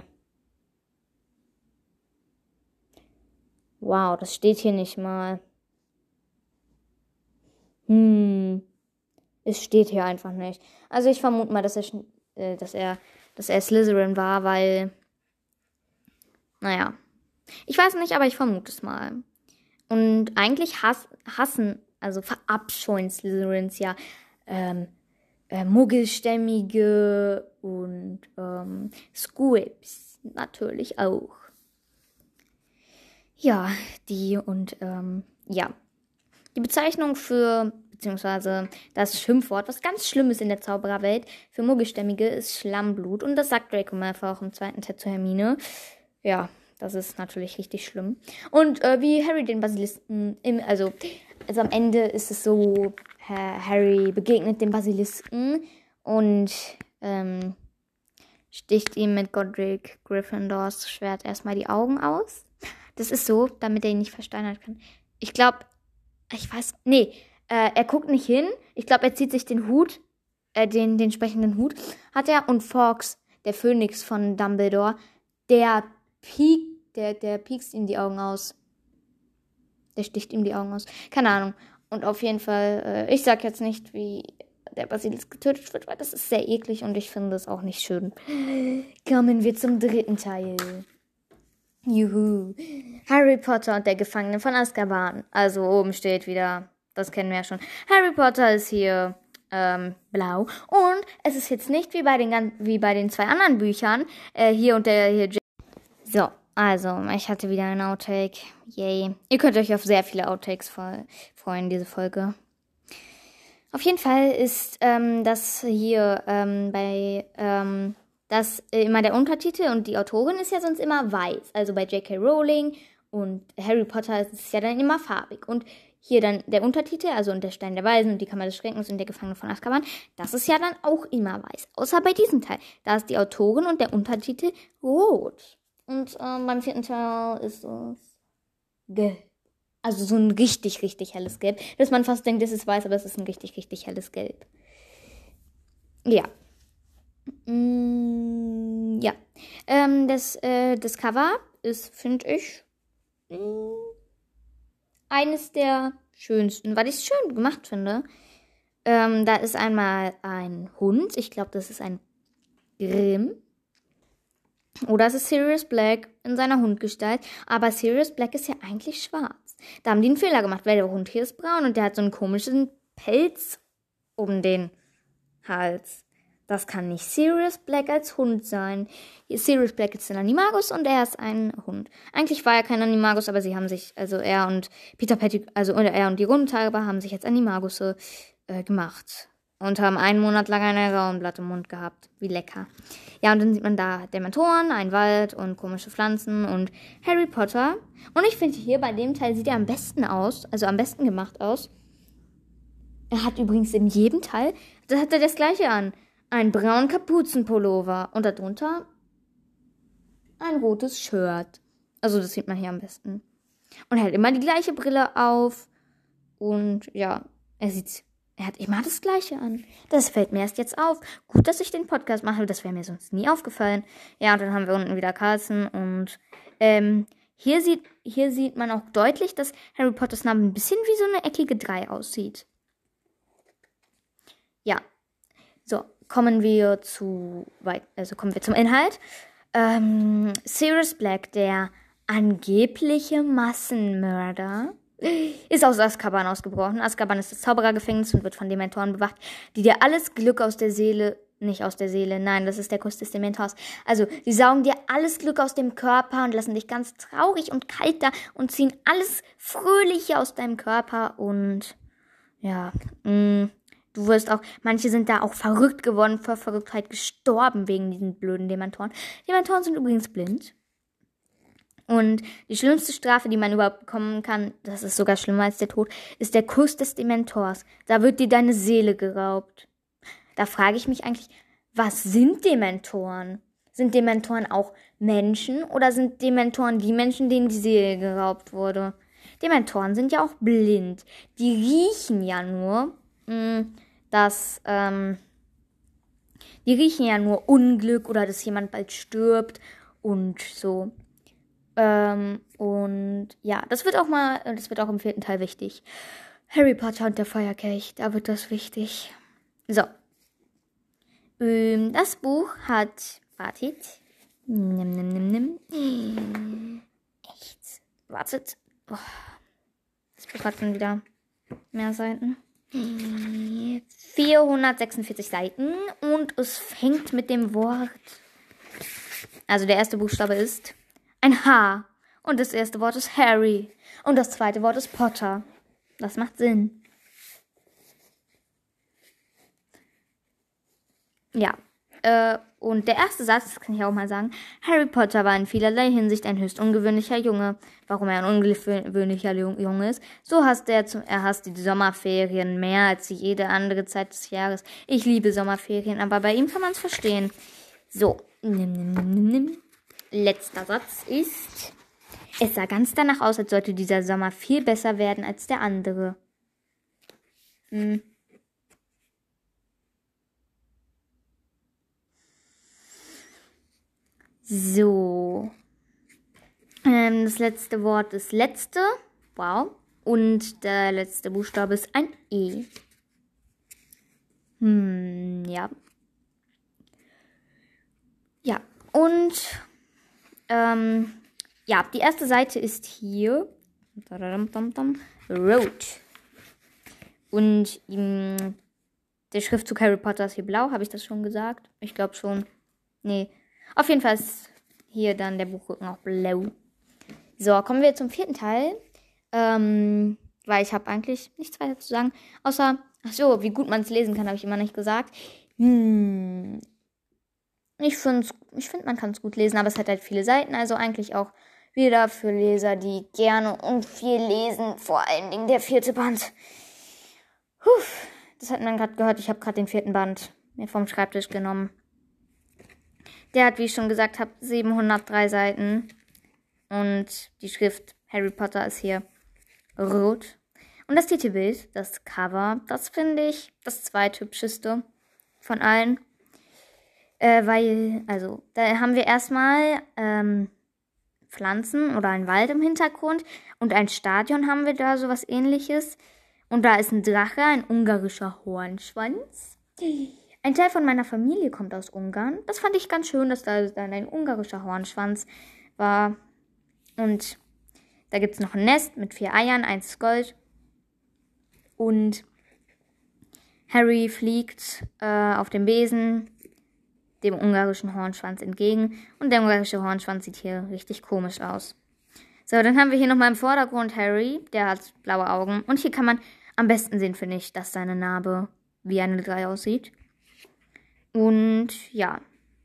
Wow, das steht hier nicht mal. Hm. Es steht hier einfach nicht. Also ich vermute mal, dass er, äh, dass er dass er Slytherin war, weil, naja, ich weiß nicht, aber ich vermute es mal. Und eigentlich hass, hassen, also verabscheuen Slytherins ja ähm, äh, Muggelstämmige und ähm, Squibs natürlich auch. Ja, die und, ähm, ja. Die Bezeichnung für, beziehungsweise das Schimpfwort, was ganz schlimm ist in der Zaubererwelt, für Muggelstämmige ist Schlammblut. Und das sagt Draco Malfoy auch im zweiten Teil zu Hermine. Ja, das ist natürlich richtig schlimm. Und äh, wie Harry den Basilisken, im, also, also am Ende ist es so, Harry begegnet dem Basilisken und ähm, sticht ihm mit Godric Gryffindors Schwert erstmal die Augen aus. Das ist so, damit er ihn nicht versteinern kann. Ich glaube, ich weiß, nee, äh, er guckt nicht hin. Ich glaube, er zieht sich den Hut, äh, den, den sprechenden Hut hat er. Und Fawkes, der Phönix von Dumbledore, der piekt, der, der piekst ihm die Augen aus. Der sticht ihm die Augen aus. Keine Ahnung. Und auf jeden Fall, äh, ich sag jetzt nicht, wie der Basilisk getötet wird, weil das ist sehr eklig und ich finde es auch nicht schön. Kommen wir zum dritten Teil. Juhu. Harry Potter und der Gefangene von Azkaban. Also oben steht wieder, das kennen wir ja schon. Harry Potter ist hier ähm, blau. Und es ist jetzt nicht wie bei den, wie bei den zwei anderen Büchern. Äh, hier und der hier. So, also, ich hatte wieder einen Outtake. Yay. Ihr könnt euch auf sehr viele Outtakes freuen, diese Folge. Auf jeden Fall ist ähm, das hier ähm, bei, ähm, das äh, immer der Untertitel und die Autorin ist ja sonst immer weiß. Also bei J K. Rowling und Harry Potter ist es ja dann immer farbig. Und hier dann der Untertitel, also und der Stein der Weisen und die Kammer des Schreckens und der Gefangene von Azkaban, das ist ja dann auch immer weiß. Außer bei diesem Teil. Da ist die Autorin und der Untertitel rot. Und ähm, beim vierten Teil ist es gelb. Also so ein richtig, richtig helles Gelb. Dass man fast denkt, das ist weiß, aber es ist ein richtig, richtig helles Gelb. Ja. Mm, ja. Ähm, das, äh, das Cover ist, finde ich, mh, eines der schönsten, weil ich es schön gemacht finde. Ähm, da ist einmal ein Hund. Ich glaube, das ist ein Grimm. Oder es ist Sirius Black in seiner Hundgestalt. Aber Sirius Black ist ja eigentlich schwarz. Da haben die einen Fehler gemacht, weil der Hund hier ist braun und der hat so einen komischen Pelz um den Hals. Das kann nicht Sirius Black als Hund sein. Sirius Black ist ein Animagus und er ist ein Hund. Eigentlich war er kein Animagus, aber sie haben sich, also er und Peter Pettigrew, also er und die Rundtreiber haben sich als Animagusse äh, gemacht. Und haben einen Monat lang ein Rauenblatt im Mund gehabt. Wie lecker. Ja, und dann sieht man da Dementoren, einen Wald und komische Pflanzen und Harry Potter. Und ich finde hier, bei dem Teil sieht er am besten aus, also am besten gemacht aus. Er hat übrigens in jedem Teil, da hat er das gleiche an. Einen braunen Kapuzenpullover und darunter ein rotes Shirt. Also das sieht man hier am besten. Und er hat immer die gleiche Brille auf. Und ja, er sieht... Er hat immer das Gleiche an. Das fällt mir erst jetzt auf. Gut, dass ich den Podcast mache. Das wäre mir sonst nie aufgefallen. Ja, und dann haben wir unten wieder Carlson. Und ähm, hier, sieht, hier sieht man auch deutlich, dass Harry Potters Name ein bisschen wie so eine eckige drei aussieht. Ja. So, kommen wir zu... Also kommen wir zum Inhalt. Ähm, Sirius Black, der angebliche Massenmörder... ist aus Azkaban ausgebrochen. Azkaban ist das Zauberergefängnis und wird von Dementoren bewacht, die dir alles Glück aus der Seele, nicht aus der Seele, nein, das ist der Kuss des Dementors. Also, sie saugen dir alles Glück aus dem Körper und lassen dich ganz traurig und kalt da und ziehen alles Fröhliche aus deinem Körper und, ja, mh, du wirst auch, manche sind da auch verrückt geworden, vor Verrücktheit gestorben wegen diesen blöden Dementoren. Dementoren sind übrigens blind. Und die schlimmste Strafe, die man überhaupt bekommen kann, das ist sogar schlimmer als der Tod, ist der Kuss des Dementors. Da wird dir deine Seele geraubt. Da frage ich mich eigentlich, was sind Dementoren? Sind Dementoren auch Menschen oder sind Dementoren die Menschen, denen die Seele geraubt wurde? Dementoren sind ja auch blind. Die riechen ja nur, mh, dass, ähm, die riechen ja nur Unglück oder dass jemand bald stirbt und so. Ähm, und ja, das wird auch mal, das wird auch im vierten Teil wichtig. Harry Potter und der Feuerkelch, da wird das wichtig. So. Ähm, das Buch hat, wartet. Nimm, nimm, nimm, nimm. Echt. Wartet. Oh. Das Buch hat schon wieder mehr Seiten. vierhundertsechsundvierzig Seiten und es fängt mit dem Wort. Also der erste Buchstabe ist ein H. Und das erste Wort ist Harry. Und das zweite Wort ist Potter. Das macht Sinn. Ja. Äh, und der erste Satz, das kann ich auch mal sagen. Harry Potter war in vielerlei Hinsicht ein höchst ungewöhnlicher Junge. Warum er ein ungewöhnlicher Junge ist? So hasst er, zum, er hasst die Sommerferien mehr als jede andere Zeit des Jahres. Ich liebe Sommerferien, aber bei ihm kann man es verstehen. So. Nimm, nimm, nimm, nimm, nimm. Letzter Satz ist, Es sah ganz danach aus, als sollte dieser Sommer viel besser werden als der andere. Hm. So. Ähm, das letzte Wort ist letzte. Wow. Und der letzte Buchstabe ist ein E. Hm, ja. Ja, und ähm, ja, die erste Seite ist hier. Road. Und ähm, der Schriftzug Harry Potter ist hier blau. Habe ich das schon gesagt? Ich glaube schon. Nee. Auf jeden Fall ist hier dann der Buchrücken auch blau. So, kommen wir zum vierten Teil. Ähm, weil ich habe eigentlich nichts weiter zu sagen. Außer, ach so, wie gut man es lesen kann, habe ich immer nicht gesagt. Hm. Ich finde, ich find, man kann es gut lesen, aber es hat halt viele Seiten. Also eigentlich auch wieder für Leser, die gerne und viel lesen. Vor allen Dingen der vierte Band. Puh, das hat man gerade gehört. Ich habe gerade den vierten Band mir vom Schreibtisch genommen. Der hat, wie ich schon gesagt habe, siebenhundertdrei Seiten. Und die Schrift Harry Potter ist hier rot. Und das Titelbild, das Cover, das finde ich das zweithübscheste von allen. Äh, weil, also, da haben wir erstmal ähm, Pflanzen oder einen Wald im Hintergrund. Und ein Stadion haben wir da, sowas ähnliches. Und da ist ein Drache, ein ungarischer Hornschwanz. Ein Teil von meiner Familie kommt aus Ungarn. Das fand ich ganz schön, dass da dann ein ungarischer Hornschwanz war. Und da gibt es noch ein Nest mit vier Eiern, eins ist Gold. Und Harry fliegt äh, auf dem Besen dem ungarischen Hornschwanz entgegen. Und der ungarische Hornschwanz sieht hier richtig komisch aus. So, dann haben wir hier nochmal im Vordergrund Harry. Der hat blaue Augen. Und hier kann man am besten sehen, finde ich, dass seine Narbe wie eine drei aussieht. Und ja.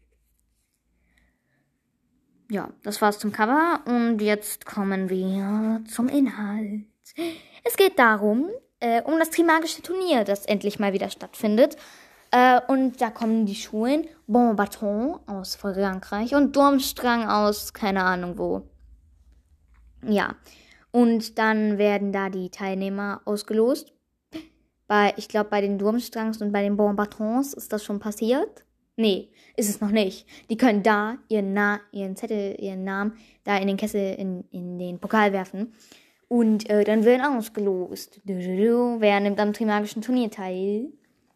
Ja, das war's zum Cover. Und jetzt kommen wir zum Inhalt. Es geht darum, äh, um das Trimagische Turnier, das endlich mal wieder stattfindet. Äh, und da kommen die Schulen Bon Bâton aus Frankreich und Durmstrang aus keine Ahnung wo. Ja, und dann werden da die Teilnehmer ausgelost. Bei, ich glaube, bei den Durmstrangs und bei den Bon Bâtons ist das schon passiert. Nee, ist es noch nicht. Die können da ihren, Na- ihren Zettel, ihren Namen da in den Kessel, in, in den Pokal werfen. Und äh, dann werden ausgelost. Wer nimmt am Trimagischen Turnier teil?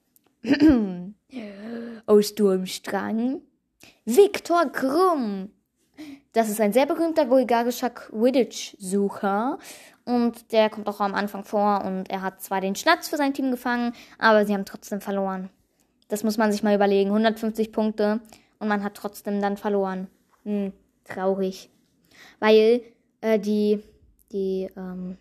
Aus Durmstrang. Viktor Krumm. Das ist ein sehr berühmter bulgarischer Quidditch-Sucher. Und der kommt auch am Anfang vor. Und er hat zwar den Schnatz für sein Team gefangen, aber sie haben trotzdem verloren. Das muss man sich mal überlegen. hundertfünfzig Punkte und man hat trotzdem dann verloren. Hm, traurig. Weil äh, die, die, ähm,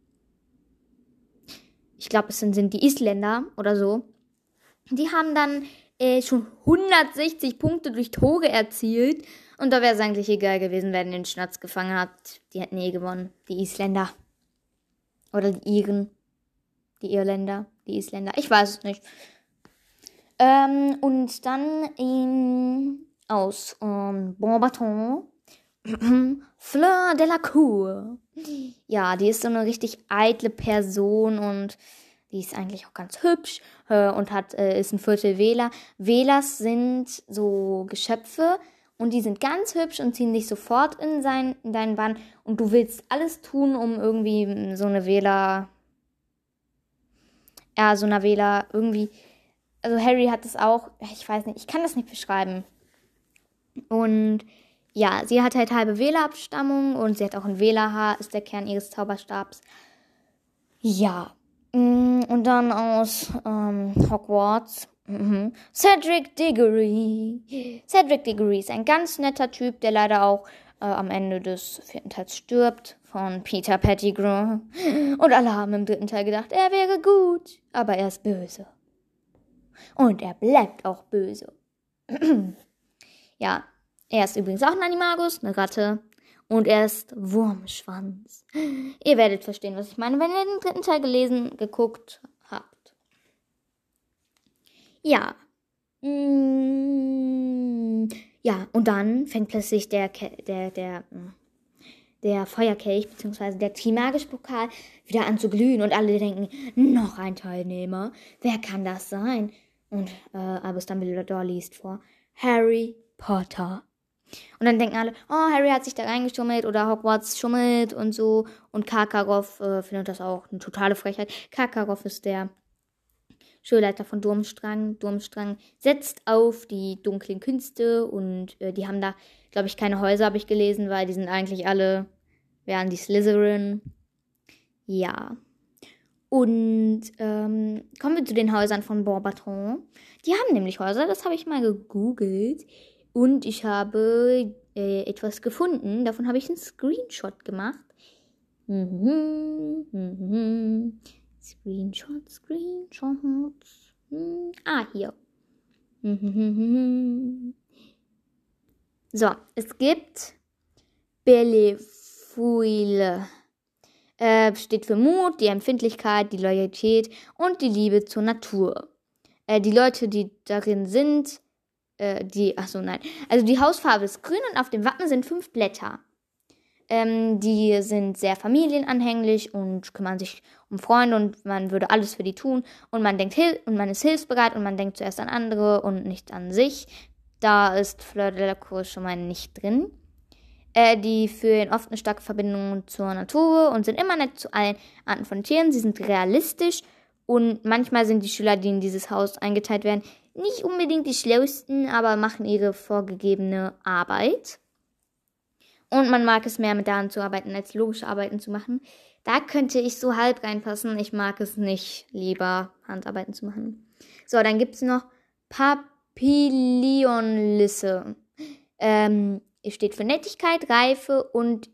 ich glaube, es sind, sind die Isländer oder so, die haben dann äh, schon hundertsechzig Punkte durch Tore erzielt. Und da wäre es eigentlich egal gewesen, wer den Schnatz gefangen hat. Die hätten eh gewonnen. Die Isländer. Oder die Iren. Die Irländer. Die Isländer. Ich weiß es nicht. Ähm, und dann in, aus ähm, Bon Bâton Fleur de la Cour. Ja, die ist so eine richtig eitle Person und die ist eigentlich auch ganz hübsch äh, und hat äh, ist ein Viertel Wähler. Wählers sind so Geschöpfe und die sind ganz hübsch und ziehen dich sofort in, sein, in deinen Bann und du willst alles tun, um irgendwie so eine Wähler, ja, so einer Wähler irgendwie. Also Harry hat es auch, ich weiß nicht, ich kann das nicht beschreiben. Und ja, sie hat halt halbe Wählerabstammung und sie hat auch ein Wählerhaar, ist der Kern ihres Zauberstabs. Ja, und dann aus ähm, Hogwarts, mhm. Cedric Diggory. Cedric Diggory ist ein ganz netter Typ, der leider auch äh, am Ende des vierten Teils stirbt von Peter Pettigrew. Und alle haben im dritten Teil gedacht, er wäre gut, aber er ist böse. Und er bleibt auch böse. Ja, er ist übrigens auch ein Animagus, eine Ratte. Und er ist Wurmschwanz. Ihr werdet verstehen, was ich meine, wenn ihr den dritten Teil gelesen, geguckt habt. Ja. Mm, ja, und dann fängt plötzlich der, der, der, der Feuerkelch bzw. der trimagische Pokal wieder an zu glühen und alle denken, noch ein Teilnehmer, wer kann das sein? Und äh, Albus Dumbledore liest vor, Harry Potter. Und dann denken alle, oh, Harry hat sich da reingeschummelt oder Hogwarts schummelt und so. Und Karkaroff äh, findet das auch eine totale Frechheit. Karkaroff ist der Schulleiter von Durmstrang. Durmstrang setzt auf die dunklen Künste und äh, die haben da, glaube ich, keine Häuser, habe ich gelesen, weil die sind eigentlich alle, wären die Slytherin. Ja. Und ähm, kommen wir zu den Häusern von Beauxbatons. Die haben nämlich Häuser, das habe ich mal gegoogelt. Und ich habe äh, etwas gefunden. Davon habe ich einen Screenshot gemacht. Mhm, mhm. Screenshot, Screenshots. Mhm. Ah, hier. Mhm. So, es gibt Bellefeuille. Äh, steht für Mut, die Empfindlichkeit, die Loyalität und die Liebe zur Natur. Äh, die Leute, die darin sind, äh, die, ach so, nein. Also die Hausfarbe ist grün und auf dem Wappen sind fünf Blätter. Ähm, die sind sehr familienanhänglich und kümmern sich um Freunde und man würde alles für die tun und man denkt hil- und man ist hilfsbereit und man denkt zuerst an andere und nicht an sich. Da ist Fleur de la Cour schon mal nicht drin. Äh, die führen oft eine starke Verbindung zur Natur und sind immer nett zu allen Arten von Tieren. Sie sind realistisch und manchmal sind die Schüler, die in dieses Haus eingeteilt werden, nicht unbedingt die schlauesten, aber machen ihre vorgegebene Arbeit. Und man mag es mehr, mit der Hand zu arbeiten, als logische Arbeiten zu machen. Da könnte ich so halb reinpassen. Ich mag es nicht, lieber Handarbeiten zu machen. So, dann gibt es noch Papillionlisse. Ähm, es steht für Nettigkeit, Reife und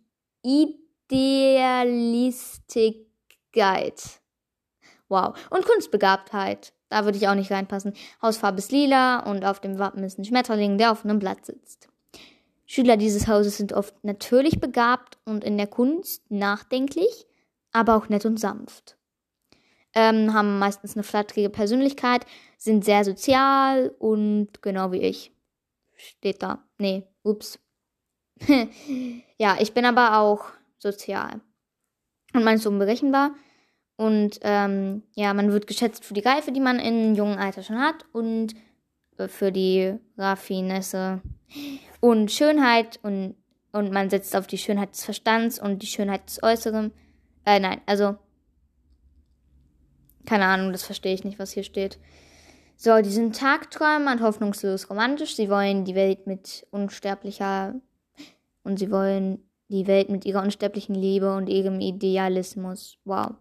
Idealistigkeit. Wow. Und Kunstbegabtheit. Da würde ich auch nicht reinpassen. Hausfarbe ist lila und auf dem Wappen ist ein Schmetterling, der auf einem Blatt sitzt. Schüler dieses Hauses sind oft natürlich begabt und in der Kunst nachdenklich, aber auch nett und sanft. Ähm, haben meistens eine flatterige Persönlichkeit, sind sehr sozial und genau wie ich. Steht da. Nee, ups. Ja, ich bin aber auch sozial. Und man ist so unberechenbar. Und ähm, ja, man wird geschätzt für die Reife, die man in jungem Alter schon hat und äh, für die Raffinesse und Schönheit und, und man setzt auf die Schönheit des Verstands und die Schönheit des Äußeren. Äh, nein, also keine Ahnung, das verstehe ich nicht, was hier steht. So, die sind Tagträumer und hoffnungslos romantisch. Sie wollen die Welt mit unsterblicher und sie wollen die Welt mit ihrer unsterblichen Liebe und ihrem Idealismus. Wow.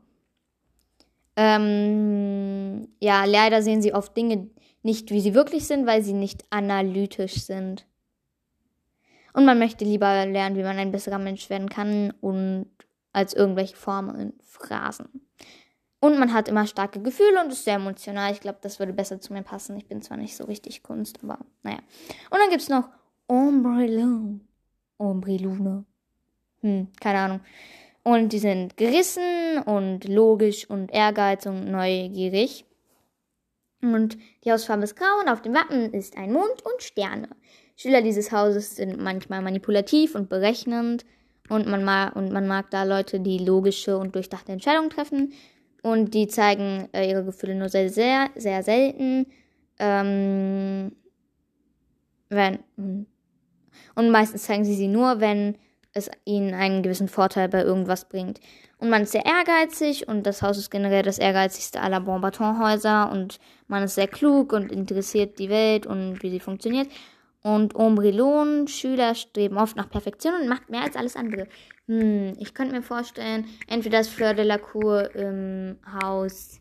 Ähm, ja, leider sehen sie oft Dinge nicht, wie sie wirklich sind, weil sie nicht analytisch sind. Und man möchte lieber lernen, wie man ein besserer Mensch werden kann und als irgendwelche Formeln, Phrasen. Und man hat immer starke Gefühle und ist sehr emotional. Ich glaube, das würde besser zu mir passen. Ich bin zwar nicht so richtig Kunst, aber naja. Und dann gibt es noch Ombre Lune. Ombre Lune. Hm, keine Ahnung. Und die sind gerissen und logisch und ehrgeizig und neugierig. Und die Hausfarbe ist grau und auf dem Wappen ist ein Mond und Sterne. Schüler dieses Hauses sind manchmal manipulativ und berechnend. Und man mag, und man mag da Leute, die logische und durchdachte Entscheidungen treffen. Und die zeigen äh, ihre Gefühle nur sehr, sehr, sehr selten. Ähm, wenn, und meistens zeigen sie sie nur, wenn es ihnen einen gewissen Vorteil bei irgendwas bringt. Und man ist sehr ehrgeizig und das Haus ist generell das ehrgeizigste aller Beauxbatons-Häuser und man ist sehr klug und interessiert die Welt und wie sie funktioniert. Und Ombre Lune, Schüler streben oft nach Perfektion und macht mehr als alles andere. Hm, ich könnte mir vorstellen, entweder das Fleur de la Cour im Haus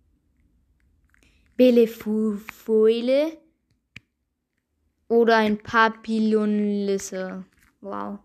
Bellefeuille oder ein Papillonlisse. Wow.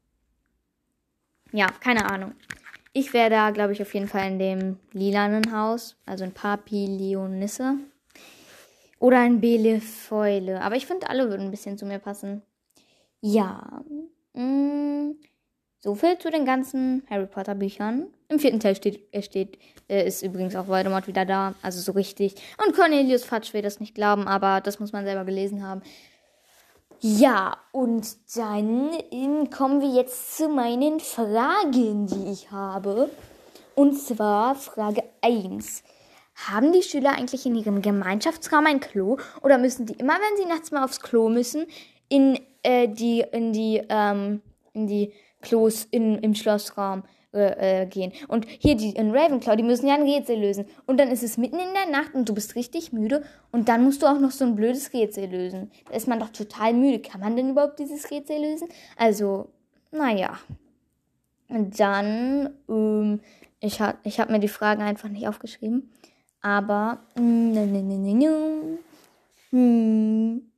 Ja, keine Ahnung. Ich wäre da, glaube ich, auf jeden Fall in dem lilanen Haus, also ein Papillonisse. Oder ein Bellefeuille. Aber ich finde, alle würden ein bisschen zu mir passen. Ja. Mh, so viel zu den ganzen Harry Potter Büchern. Im vierten Teil steht, er steht, äh, ist übrigens auch Voldemort wieder da. Also so richtig. Und Cornelius Fudge will das nicht glauben, aber das muss man selber gelesen haben. Ja, und dann ähm, kommen wir jetzt zu meinen Fragen, die ich habe. Und zwar Frage eins. Haben die Schüler eigentlich in ihrem Gemeinschaftsraum ein Klo oder müssen die immer, wenn sie nachts mal aufs Klo müssen, in äh, die in die ähm, in die Klos in, im Schlossraum äh, äh, gehen? Und hier die in Ravenclaw, die müssen ja ein Rätsel lösen und dann ist es mitten in der Nacht und du bist richtig müde und dann musst du auch noch so ein blödes Rätsel lösen. Da ist man doch total müde. Kann man denn überhaupt dieses Rätsel lösen? Also, naja. Und dann ähm, ich habe ich hab mir die Fragen einfach nicht aufgeschrieben. Aber, ne, ne, ne, ne, ne. Hm,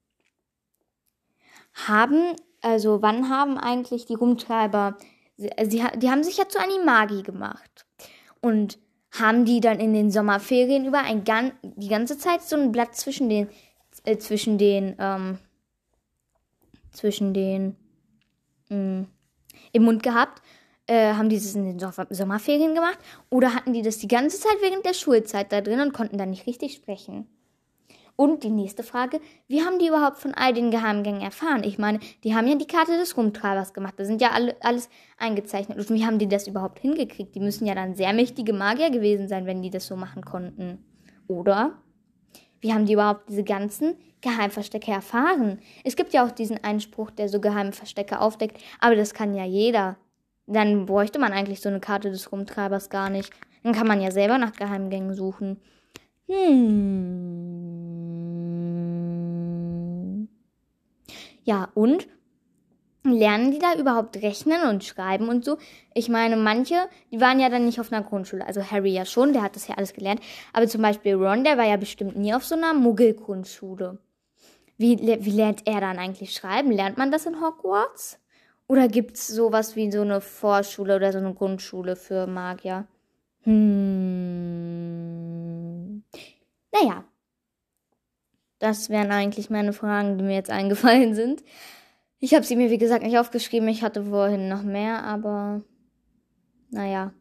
haben, also wann haben eigentlich die Rumtreiber, sie, sie, die haben sich ja zu Animagi gemacht. Und haben die dann in den Sommerferien über ein, die ganze Zeit so ein Blatt zwischen den, äh, zwischen den, ähm, zwischen den, mh, im Mund gehabt? Äh, haben die das in den Sommerferien gemacht? Oder hatten die das die ganze Zeit während der Schulzeit da drin und konnten dann nicht richtig sprechen? Und die nächste Frage, wie haben die überhaupt von all den Geheimgängen erfahren? Ich meine, die haben ja die Karte des Rumtreibers gemacht. Da sind ja alle, alles eingezeichnet. Und wie haben die das überhaupt hingekriegt? Die müssen ja dann sehr mächtige Magier gewesen sein, wenn die das so machen konnten. Oder? Wie haben die überhaupt diese ganzen Geheimverstecke erfahren? Es gibt ja auch diesen Einspruch, der so Geheimverstecke aufdeckt. Aber das kann ja jeder. Dann bräuchte man eigentlich so eine Karte des Rumtreibers gar nicht. Dann kann man ja selber nach Geheimgängen suchen. Hm. Ja, und lernen die da überhaupt rechnen und schreiben und so? Ich meine, manche, die waren ja dann nicht auf einer Grundschule. Also Harry ja schon, der hat das ja alles gelernt. Aber zum Beispiel Ron, der war ja bestimmt nie auf so einer Muggelgrundschule. Wie, wie lernt er dann eigentlich schreiben? Lernt man das in Hogwarts? Oder gibt es sowas wie so eine Vorschule oder so eine Grundschule für Magier? Hm. Naja. Das wären eigentlich meine Fragen, die mir jetzt eingefallen sind. Ich habe sie mir, wie gesagt, nicht aufgeschrieben. Ich hatte vorhin noch mehr, aber naja.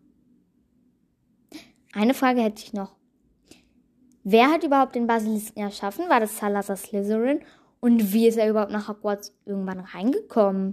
Eine Frage hätte ich noch. Wer hat überhaupt den Basilisken erschaffen? War das Salazar Slytherin? Und wie ist er überhaupt nach Hogwarts irgendwann reingekommen?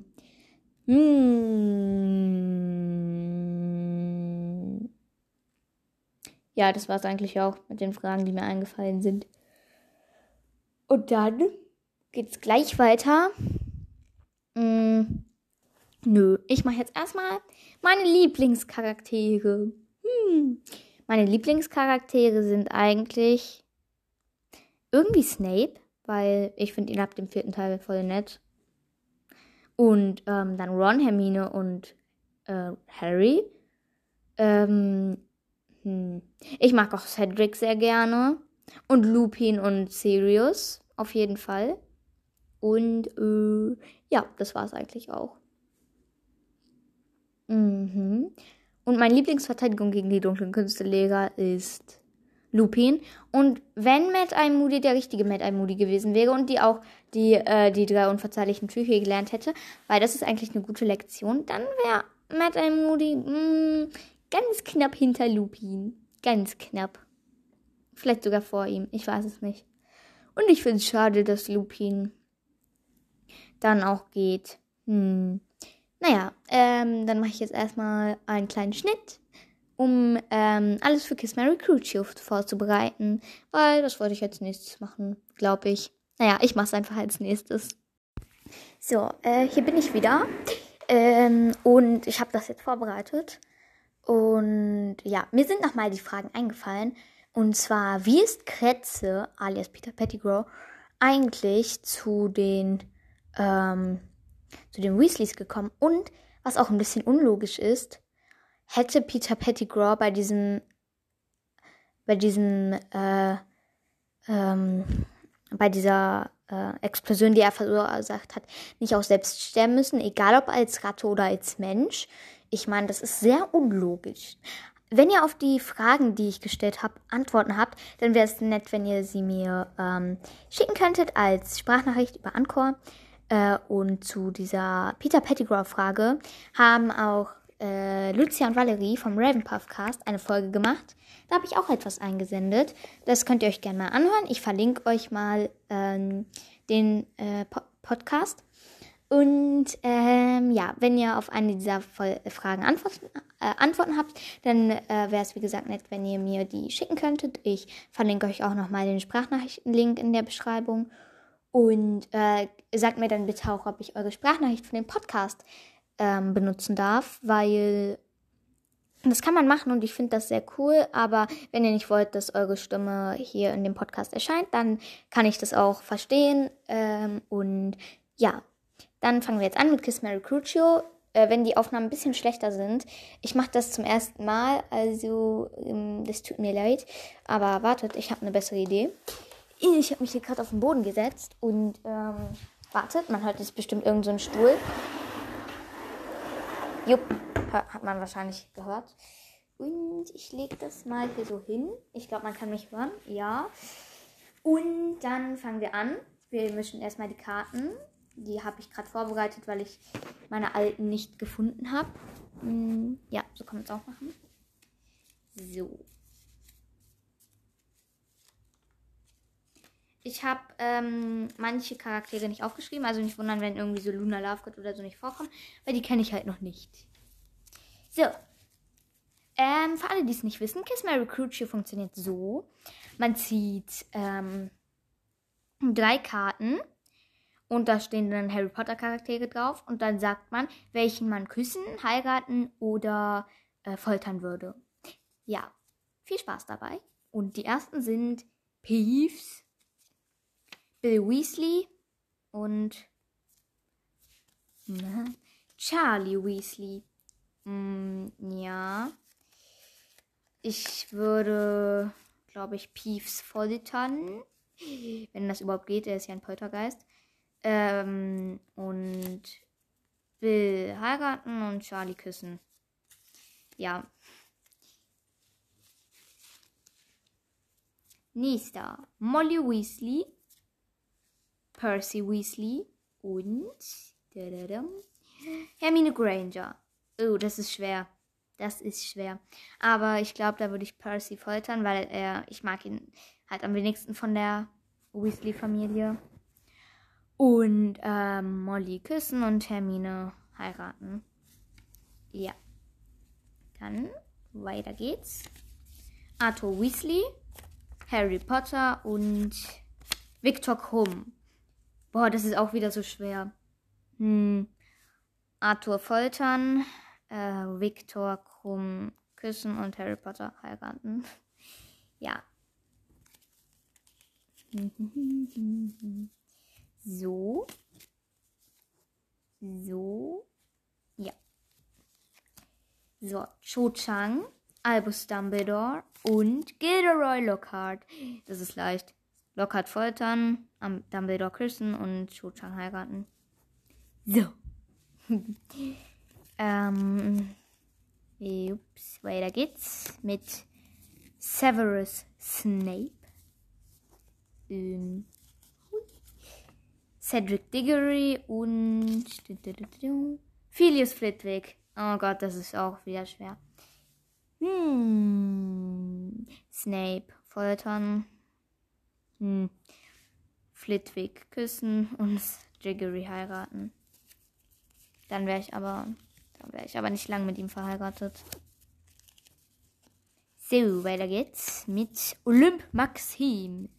Hm. Ja, das war es eigentlich auch mit den Fragen, die mir eingefallen sind. Und dann geht's gleich weiter. Hm. Nö, ich mache jetzt erstmal meine Lieblingscharaktere. Hm. Meine Lieblingscharaktere sind eigentlich irgendwie Snape, weil ich finde ihn ab dem vierten Teil voll nett. Und ähm, dann Ron, Hermine und äh, Harry. Ähm, hm. Ich mag auch Cedric sehr gerne. Und Lupin und Sirius auf jeden Fall. Und äh, ja, das war es eigentlich auch. Mhm. Und meine Lieblingsverteidigung gegen die dunklen Künstelehrer ist Lupin. Und wenn Mad-Eye Moody der richtige Mad-Eye Moody gewesen wäre und die auch die, äh, die drei unverzeihlichen Flüche gelernt hätte, weil das ist eigentlich eine gute Lektion, dann wäre Mad-Eye Moody mh, ganz knapp hinter Lupin. Ganz knapp. Vielleicht sogar vor ihm. Ich weiß es nicht. Und ich finde es schade, dass Lupin dann auch geht. Hm. Naja, ähm, dann mache ich jetzt erstmal einen kleinen Schnitt, um ähm, alles für Kiss, Marry, Crucio vorzubereiten, weil das wollte ich als nächstes machen, glaube ich. Naja, ich mache es einfach als nächstes. So, äh, hier bin ich wieder ähm, und ich habe das jetzt vorbereitet und ja, mir sind nochmal die Fragen eingefallen und zwar, wie ist Kretze, alias Peter Pettigrew, eigentlich zu den ähm, zu den Weasleys gekommen. Und, was auch ein bisschen unlogisch ist, hätte Peter Pettigrew bei diesem, bei diesem, äh, ähm, bei dieser äh, Explosion, die er verursacht hat, nicht auch selbst sterben müssen, egal ob als Ratte oder als Mensch. Ich meine, das ist sehr unlogisch. Wenn ihr auf die Fragen, die ich gestellt habe, Antworten habt, dann wäre es nett, wenn ihr sie mir ähm, schicken könntet als Sprachnachricht über Anchor. Äh, und zu dieser Peter Pettigrew-Frage haben auch äh, Lucia und Valerie vom Ravenpuff-Cast eine Folge gemacht. Da habe ich auch etwas eingesendet. Das könnt ihr euch gerne mal anhören. Ich verlinke euch mal ähm, den äh, po- Podcast. Und ähm, ja, wenn ihr auf eine dieser Voll- Fragen Antworten, äh, Antworten habt, dann äh, wäre es wie gesagt nett, wenn ihr mir die schicken könntet. Ich verlinke euch auch nochmal den Sprachnachrichten-Link in der Beschreibung. Und äh, sagt mir dann bitte auch, ob ich eure Sprachnachricht von dem Podcast ähm, benutzen darf, weil das kann man machen und ich finde das sehr cool. Aber wenn ihr nicht wollt, dass eure Stimme hier in dem Podcast erscheint, dann kann ich das auch verstehen. Ähm, und ja, dann fangen wir jetzt an mit Kiss Mary Crucio. Äh, wenn die Aufnahmen ein bisschen schlechter sind. Ich mache das zum ersten Mal, also ähm, das tut mir leid. Aber wartet, ich habe eine bessere Idee. Ich habe mich hier gerade auf den Boden gesetzt und ähm, wartet, man hört jetzt bestimmt irgendeinen so Stuhl. Jupp, hat man wahrscheinlich gehört. Und ich lege das mal hier so hin. Ich glaube, man kann mich hören. Ja. Und dann fangen wir an. Wir mischen erstmal die Karten. Die habe ich gerade vorbereitet, weil ich meine alten nicht gefunden habe. Ja, so kann man es auch machen. So. Ich habe ähm, manche Charaktere nicht aufgeschrieben, also nicht wundern, wenn irgendwie so Luna Lovegood oder so nicht vorkommen, weil die kenne ich halt noch nicht. So. Ähm, für alle, die es nicht wissen, Kiss Mary Crucio funktioniert so. Man zieht ähm, drei Karten und da stehen dann Harry Potter Charaktere drauf und dann sagt man, welchen man küssen, heiraten oder äh, foltern würde. Ja, viel Spaß dabei. Und die ersten sind Peeves, Bill Weasley und na, Charlie Weasley. Mm, ja. Ich würde, glaube ich, Peeves foltern. Wenn das überhaupt geht, er ist ja ein Poltergeist. Ähm, und Bill heiraten und Charlie küssen. Ja. Nächster. Molly Weasley, Percy Weasley und Hermine Granger. Oh, das ist schwer. Das ist schwer. Aber ich glaube, da würde ich Percy foltern, weil er, ich mag ihn halt am wenigsten von der Weasley-Familie. Und ähm, Molly küssen und Hermine heiraten. Ja. Dann weiter geht's. Arthur Weasley, Harry Potter und Victor Krumm. Boah, das ist auch wieder so schwer. Hm. Arthur foltern, äh, Victor Krumm küssen und Harry Potter heiraten. Ja. So. So. Ja. So, Cho Chang, Albus Dumbledore und Gilderoy Lockhart. Das ist leicht. Lockhart foltern, Dumbledore küssen und Cho Chang heiraten. So. ähm. Ups, weiter geht's mit Severus Snape. Ähm. Cedric Diggory und Filius Flitwick. Oh Gott, das ist auch wieder schwer. Hm. Snape foltern. Hm. Flitwick küssen und Diggory heiraten. Dann wäre ich aber, dann wäre ich aber nicht lang mit ihm verheiratet. So, weiter geht's mit Olymp Maxim.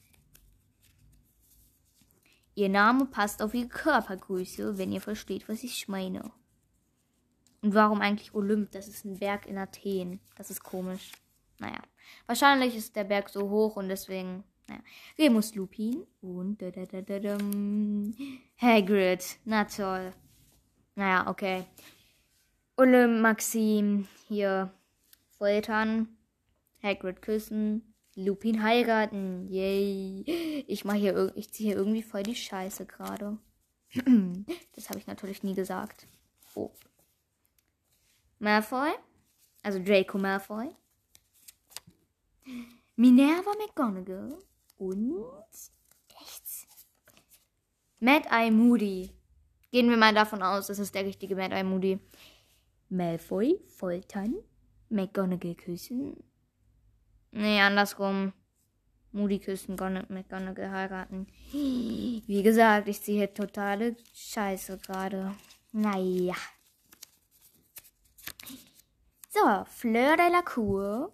Ihr Name passt auf ihre Körpergröße, wenn ihr versteht, was ich meine. Und warum eigentlich Olymp? Das ist ein Berg in Athen. Das ist komisch. Naja, wahrscheinlich ist der Berg so hoch und deswegen, naja. Remus Lupin und da, da, da, da, da, Hagrid. Na toll. Naja, okay. Olymp Maxim hier foltern. Hagrid küssen. Lupin heiraten. Yay. Ich mache hier, ich ziehe hier irgendwie voll die Scheiße gerade. Das habe ich natürlich nie gesagt. Oh. Malfoy. Also Draco Malfoy. Minerva McGonagall. Und rechts. Mad-Eye Moody. Gehen wir mal davon aus, das ist der richtige Mad-Eye Moody. Malfoy foltern. McGonagall küssen. Nee, andersrum. Moody küssen, McGonagall heiraten. Wie gesagt, ich sehe totale Scheiße gerade. Naja. So, Fleur de la Cour.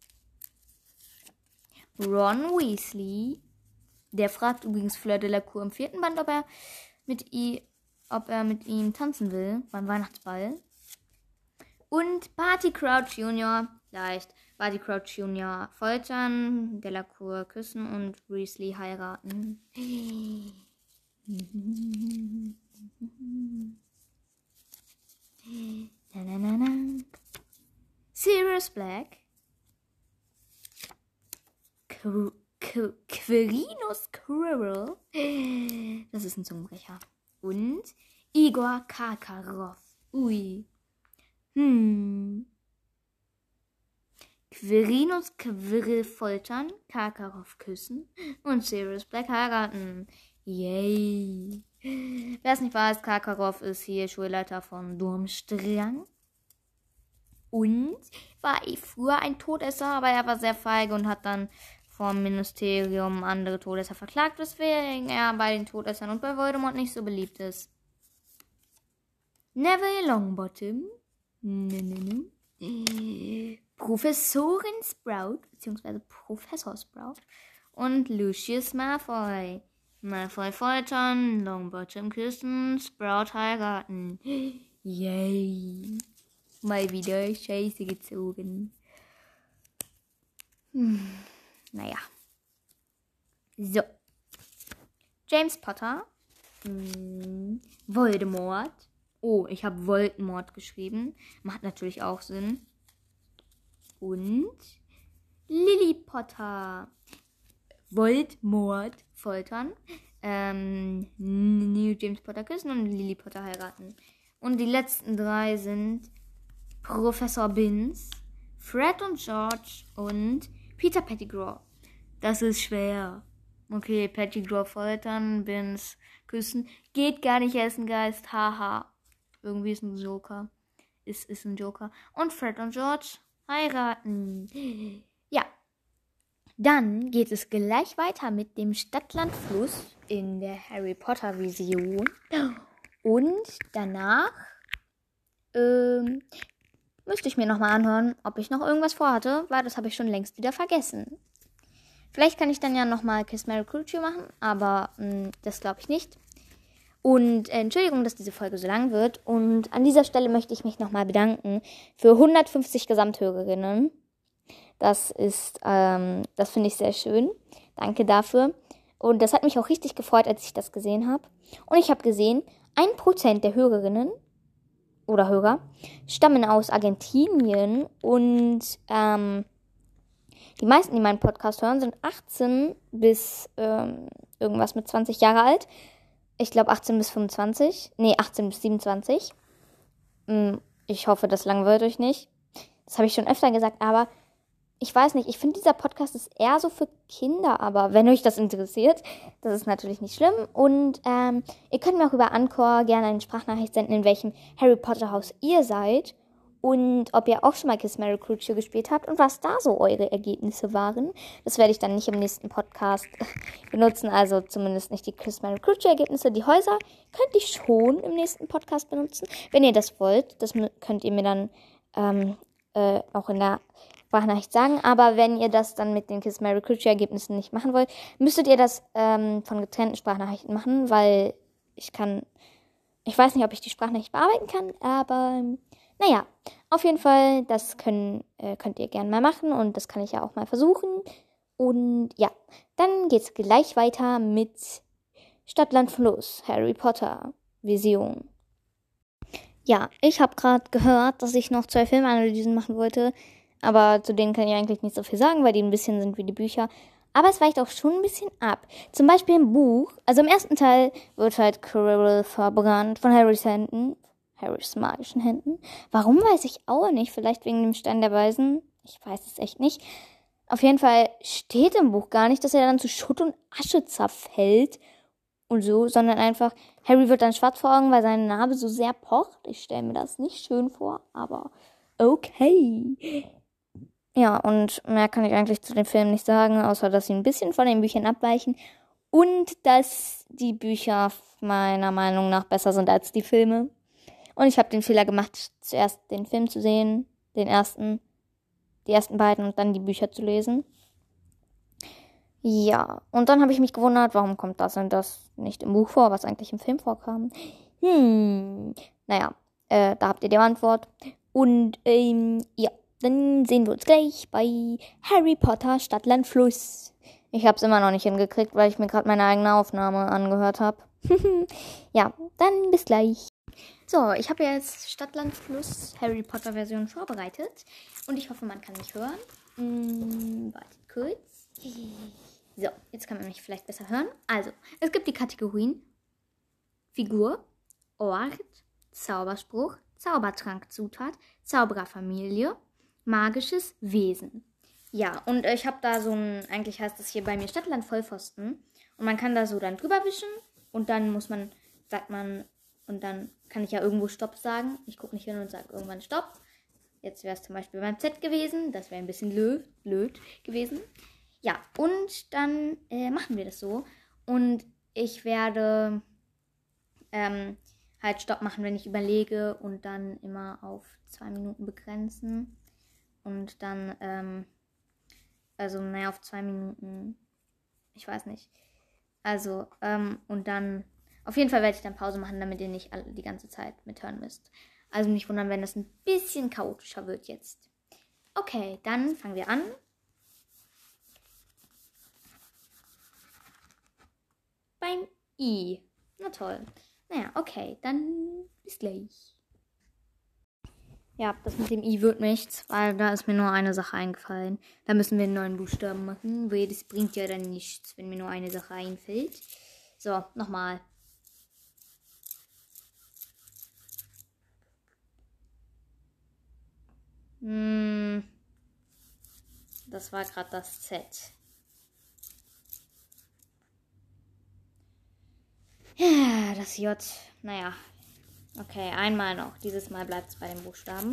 Ron Weasley. Der fragt übrigens Fleur de la Cour im vierten Band, ob er mit, i, ob er mit ihm tanzen will beim Weihnachtsball. Und Barty Crouch Junior Leicht. Barty Crouch Junior foltern, Delacour küssen und Weasley heiraten. na, na, na, na. Sirius Black. Qu- Qu- Quirinus Quirrell. Das ist ein Zungenbrecher. Und Igor Karkaroff. Ui. Hm. Quirinus Quirrell foltern, Karkaroff küssen und Sirius Black heiraten. Yay. Wer es nicht weiß, Karkaroff ist hier Schulleiter von Durmstrang. Und war eh früher ein Todesser, aber er war sehr feige und hat dann vom Ministerium andere Todesser verklagt, weswegen er bei den Todessern und bei Voldemort nicht so beliebt ist. Neville Longbottom. Ne, ne, ne. Professorin Sprout, beziehungsweise Professor Sprout und Lucius Malfoy. Malfoy foltern, Longbottom küssen, Sprout heiraten. Yay. Mal wieder Scheiße gezogen. Hm. Naja. So. James Potter. Hm. Voldemort. Oh, ich habe Voldemort geschrieben. Macht natürlich auch Sinn. Und Lily Potter. Voldemort foltern. Ähm, New James Potter küssen und Lily Potter heiraten. Und die letzten drei sind Professor Binns, Fred und George und Peter Pettigrew. Das ist schwer. Okay, Pettigrew foltern, Binns küssen. Geht gar nicht, er ist ein Geist. Haha. Irgendwie ist ein Joker. Ist, ist ein Joker. Und Fred und George heiraten. Ja. Dann geht es gleich weiter mit dem Stadtlandfluss in der Harry Potter Vision. Und danach ähm, müsste ich mir nochmal anhören, ob ich noch irgendwas vorhatte, weil das habe ich schon längst wieder vergessen. Vielleicht kann ich dann ja nochmal Kiss, Mary, Crucio machen, aber mh, das glaube ich nicht. Und äh, Entschuldigung, dass diese Folge so lang wird. Und an dieser Stelle möchte ich mich nochmal bedanken für hundertfünfzig Gesamthörerinnen. Das ist, ähm, das finde ich sehr schön. Danke dafür. Und das hat mich auch richtig gefreut, als ich das gesehen habe. Und ich habe gesehen, ein Prozent der Hörerinnen oder Hörer stammen aus Argentinien. Und ähm, die meisten, die meinen Podcast hören, sind achtzehn bis ähm, irgendwas mit zwanzig Jahre alt. Ich glaube achtzehn bis fünfundzwanzig. Nee, achtzehn bis siebenundzwanzig. Ich hoffe, das langweilt euch nicht. Das habe ich schon öfter gesagt, aber ich weiß nicht. Ich finde, dieser Podcast ist eher so für Kinder, aber wenn euch das interessiert, das ist natürlich nicht schlimm. Und ähm, ihr könnt mir auch über Anchor gerne eine Sprachnachricht senden, in welchem Harry Potter Haus ihr seid. Und ob ihr auch schon mal Kiss, Mary, Crucio gespielt habt und was da so eure Ergebnisse waren. Das werde ich dann nicht im nächsten Podcast benutzen, also zumindest nicht die Kiss, Mary, Crucio Ergebnisse. Die Häuser könnte ich schon im nächsten Podcast benutzen, wenn ihr das wollt. Das könnt ihr mir dann ähm, äh, auch in der Sprachnachricht sagen. Aber wenn ihr das dann mit den Kiss, Mary, Crucio Ergebnissen nicht machen wollt, müsstet ihr das ähm, von getrennten Sprachnachrichten machen, weil ich kann, ich weiß nicht, ob ich die Sprachnachricht bearbeiten kann, aber naja, auf jeden Fall, das können, äh, könnt ihr gerne mal machen und das kann ich ja auch mal versuchen. Und ja, dann geht's gleich weiter mit Stadt, Land, Fluss, Harry Potter Vision. Ja, ich habe gerade gehört, dass ich noch zwei Filmanalysen machen wollte, aber zu denen kann ich eigentlich nicht so viel sagen, weil die ein bisschen sind wie die Bücher. Aber es weicht auch schon ein bisschen ab. Zum Beispiel im Buch, also im ersten Teil wird halt Quirrell verbrannt von Harrys Händen. Harrys magischen Händen. Warum, weiß ich auch nicht. Vielleicht wegen dem Stein der Weisen. Ich weiß es echt nicht. Auf jeden Fall steht im Buch gar nicht, dass er dann zu Schutt und Asche zerfällt und so, sondern einfach, Harry wird dann schwarz vor Augen, weil seine Narbe so sehr pocht. Ich stelle mir das nicht schön vor, aber okay. Ja, und mehr kann ich eigentlich zu dem Film nicht sagen, außer dass sie ein bisschen von den Büchern abweichen. und dass die Bücher meiner Meinung nach besser sind als die Filme. Und ich habe den Fehler gemacht, zuerst den Film zu sehen, den ersten, die ersten beiden und dann die Bücher zu lesen. Ja, und dann habe ich mich gewundert, warum kommt das und das nicht im Buch vor, was eigentlich im Film vorkam. Hm, naja, äh, da habt ihr die Antwort. Und, ähm, ja, dann sehen wir uns gleich bei Harry Potter Stadt, Land, Fluss. Ich habe es immer noch nicht hingekriegt, weil ich mir gerade meine eigene Aufnahme angehört habe. Ja, dann bis gleich. So, ich habe jetzt Stadt, Land, Fluss Harry Potter Version vorbereitet. Und ich hoffe, man kann mich hören. Hm, wartet kurz. So, jetzt kann man mich vielleicht besser hören. Also, es gibt die Kategorien Figur, Ort, Zauberspruch, Zaubertrankzutat, Zaubererfamilie, magisches Wesen. Ja, und ich habe da so ein, eigentlich heißt das hier bei mir Stadtland Vollpfosten. Und man kann da so dann drüber wischen und dann muss man, sagt man, und dann kann ich ja irgendwo Stopp sagen. Ich gucke nicht hin und sage irgendwann Stopp. Jetzt wäre es zum Beispiel beim Z gewesen. Das wäre ein bisschen blöd, blöd gewesen. Ja, und dann äh, machen wir das so. Und ich werde ähm, halt Stopp machen, wenn ich überlege und dann immer auf zwei Minuten begrenzen. Und dann, ähm, also naja, auf zwei Minuten, ich weiß nicht. Also, ähm, und dann, auf jeden Fall werde ich dann Pause machen, damit ihr nicht alle die ganze Zeit mithören müsst. Also nicht wundern, wenn das ein bisschen chaotischer wird jetzt. Okay, dann fangen wir an. Beim I. Na toll. Naja, okay, dann bis gleich. Ja, das mit dem I wird nichts, weil da ist mir nur eine Sache eingefallen. Da müssen wir einen neuen Buchstaben machen, weil das bringt ja dann nichts, wenn mir nur eine Sache einfällt. So, nochmal. Hm, das war gerade das Z. Ja, das J. Naja. Okay, einmal noch. Dieses Mal bleibt es bei den Buchstaben.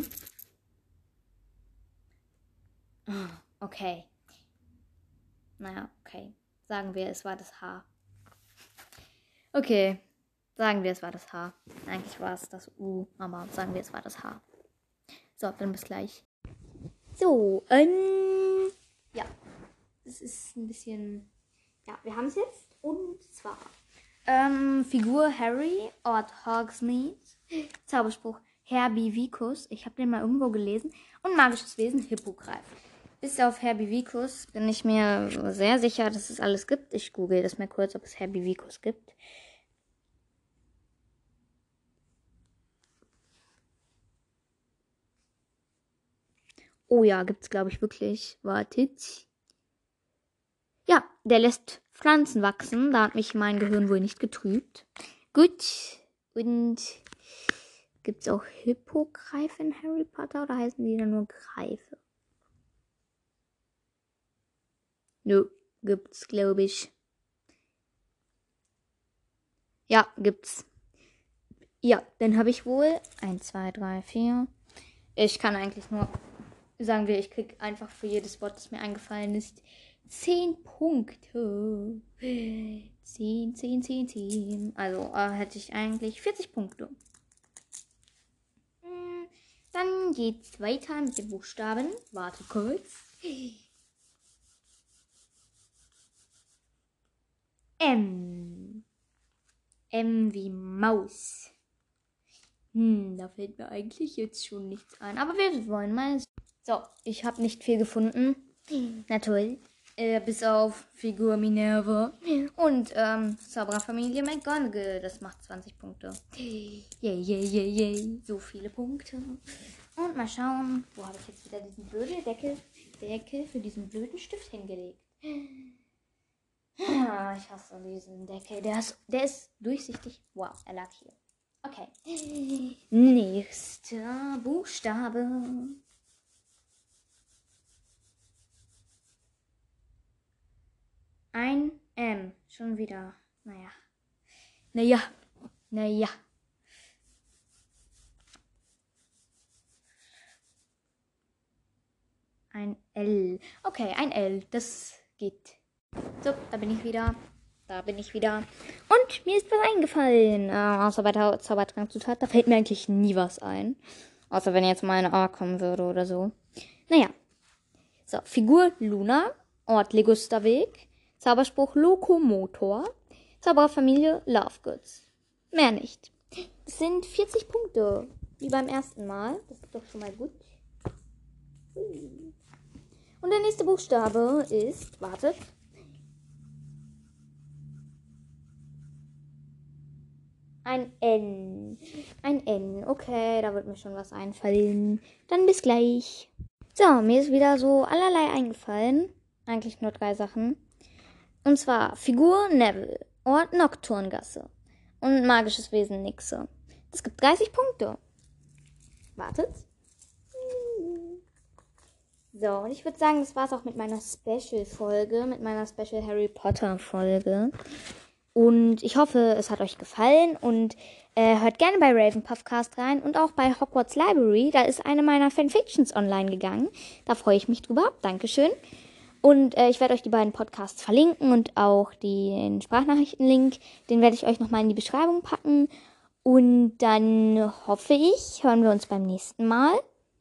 Okay. Naja, okay. Sagen wir, es war das H. Okay. Sagen wir, es war das H. Eigentlich war es das U, aber sagen wir, es war das H. So, dann bis gleich. So, ähm. Ja. Das ist ein bisschen. Ja, wir haben es jetzt. Und zwar. Ähm, Figur Harry, Ort Hogsmeade, Zauberspruch Herbie Vicus, ich habe den mal irgendwo gelesen, und magisches Wesen Hippogreif. Bis auf Herbie Vicus bin ich mir sehr sicher, dass es alles gibt. Ich google das mal kurz, ob es Herbie Vicus gibt. Oh ja, gibt's glaube ich wirklich. Wartet. Ja, der lässt Pflanzen wachsen. Da hat mich mein Gehirn wohl nicht getrübt. Gut. Und gibt es auch Hippogreife in Harry Potter oder heißen die dann nur Greife? Nö, gibt's, glaube ich. Ja, gibt's. Ja, dann habe ich wohl eins, zwei, drei, vier. Ich kann eigentlich nur, sagen wir, ich krieg einfach für jedes Wort, das mir eingefallen ist, zehn Punkte. zehn, zehn, zehn, zehn. Also äh, hätte ich eigentlich vierzig Punkte. Dann geht's weiter mit den Buchstaben. Warte kurz. M. M wie Maus. Hm, da fällt mir eigentlich jetzt schon nichts ein. Aber wir wollen mal. So, ich habe nicht viel gefunden. Na toll. Äh, bis auf Figur Minerva und ähm, Zaubererfamilie McGonagall. Das macht zwanzig Punkte. Yay, yay, yay, yay. So viele Punkte. Und mal schauen, wo habe ich jetzt wieder diesen blöden Deckel, Deckel für diesen blöden Stift hingelegt. Ah, ich hasse diesen Deckel. Der ist, der ist durchsichtig. Wow, er lag hier. Okay. Nächster Buchstabe. Ein M. Schon wieder. Naja. Naja. Naja. Ein L. Okay, ein L. Das geht. So, da bin ich wieder. da bin ich wieder. Und mir ist was eingefallen. Äh, außer bei der Zaubertrankzutat, da fällt mir eigentlich nie was ein. Außer wenn jetzt mal eine A kommen würde oder so. Naja. So, Figur Luna, Ort Ligusterweg, Zauberspruch Lokomotor, Zaubererfamilie Lovegoods. Mehr nicht. Das sind vierzig Punkte, wie beim ersten Mal. Das ist doch schon mal gut. Und der nächste Buchstabe ist, wartet, ein N. Ein N. Okay, da wird mir schon was einfallen. Dann bis gleich. So, mir ist wieder so allerlei eingefallen. Eigentlich nur drei Sachen. Und zwar Figur Neville, Ort Nocturngasse und magisches Wesen Nixe. Das gibt dreißig Punkte. Wartet. So, und ich würde sagen, das war's auch mit meiner Special-Folge, mit meiner Special Harry Potter-Folge. Und ich hoffe, es hat euch gefallen und äh, hört gerne bei Ravenpuffcast rein und auch bei Hogwarts Library. Da ist eine meiner Fanfictions online gegangen. Da freue ich mich drüber. Dankeschön. Und äh, ich werde euch die beiden Podcasts verlinken und auch den Sprachnachrichten-Link. Den werde ich euch nochmal in die Beschreibung packen. Und dann hoffe ich, hören wir uns beim nächsten Mal.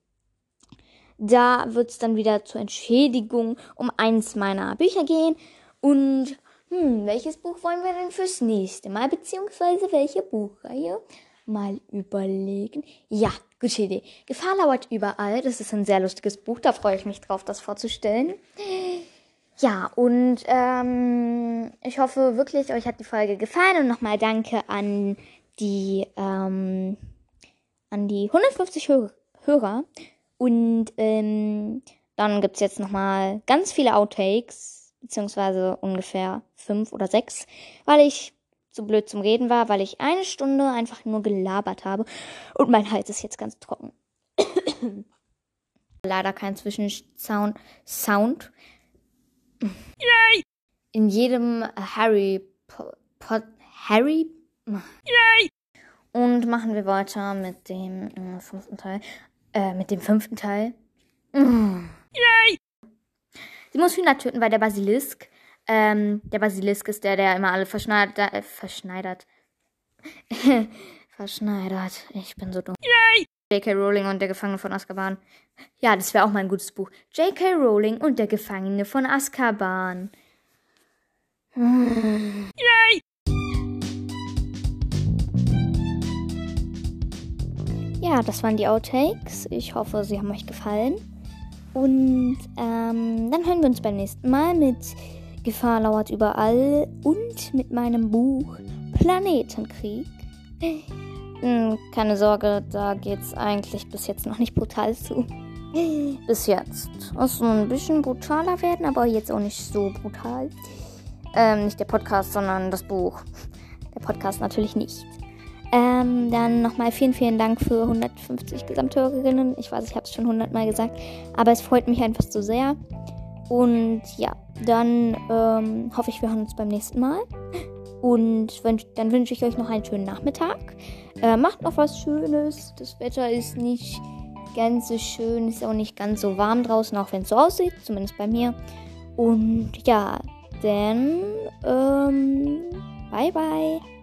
Da wird es dann wieder zur Entschädigung um eins meiner Bücher gehen. Und hm, welches Buch wollen wir denn fürs nächste Mal? Beziehungsweise welche Buchreihe? Mal überlegen. Ja, gute Idee. Gefahr lauert überall. Das ist ein sehr lustiges Buch. Da freue ich mich drauf, das vorzustellen. Ja, und ähm, ich hoffe wirklich, euch hat die Folge gefallen. Und nochmal danke an die, ähm, an die hundertfünfzig Hör- Hörer. Und ähm, dann gibt es jetzt nochmal ganz viele Outtakes, beziehungsweise ungefähr fünf oder sechs, weil ich so blöd zum Reden war, weil ich eine Stunde einfach nur gelabert habe und mein Hals ist jetzt ganz trocken. Leider kein Zwischensound. Sound. Yay! In jedem Harry po- po- Harry Yay! Und machen wir weiter mit dem äh, fünften Teil. Äh, mit dem fünften Teil. Mm. Yay! Sie muss Hühner töten, weil der Basilisk, ähm, der Basilisk ist der, der immer alle verschneidert, äh, verschneidert. verschneidert. Ich bin so dumm. Yay! J K. Rowling und der Gefangene von Azkaban. Ja, das wäre auch mal ein gutes Buch. J K. Rowling und der Gefangene von Azkaban. Hm. Yay! Ja, das waren die Outtakes. Ich hoffe, sie haben euch gefallen. Und ähm, dann hören wir uns beim nächsten Mal mit Gefahr lauert überall und mit meinem Buch Planetenkrieg. Hm, keine Sorge, da geht's eigentlich bis jetzt noch nicht brutal zu. Bis jetzt. Es soll ein bisschen brutaler werden, aber jetzt auch nicht so brutal. Ähm, nicht der Podcast, sondern das Buch. Der Podcast natürlich nicht. Ähm, dann nochmal vielen, vielen Dank für hundertfünfzig Gesamthörerinnen. Ich weiß, ich habe es schon hundertmal gesagt, aber es freut mich einfach so sehr. Und ja, dann ähm, hoffe ich, wir hören uns beim nächsten Mal. Und wünsch, dann wünsche ich euch noch einen schönen Nachmittag. Äh, macht noch was Schönes. Das Wetter ist nicht ganz so schön, ist auch nicht ganz so warm draußen, auch wenn es so aussieht, zumindest bei mir. Und ja, dann ähm, bye bye.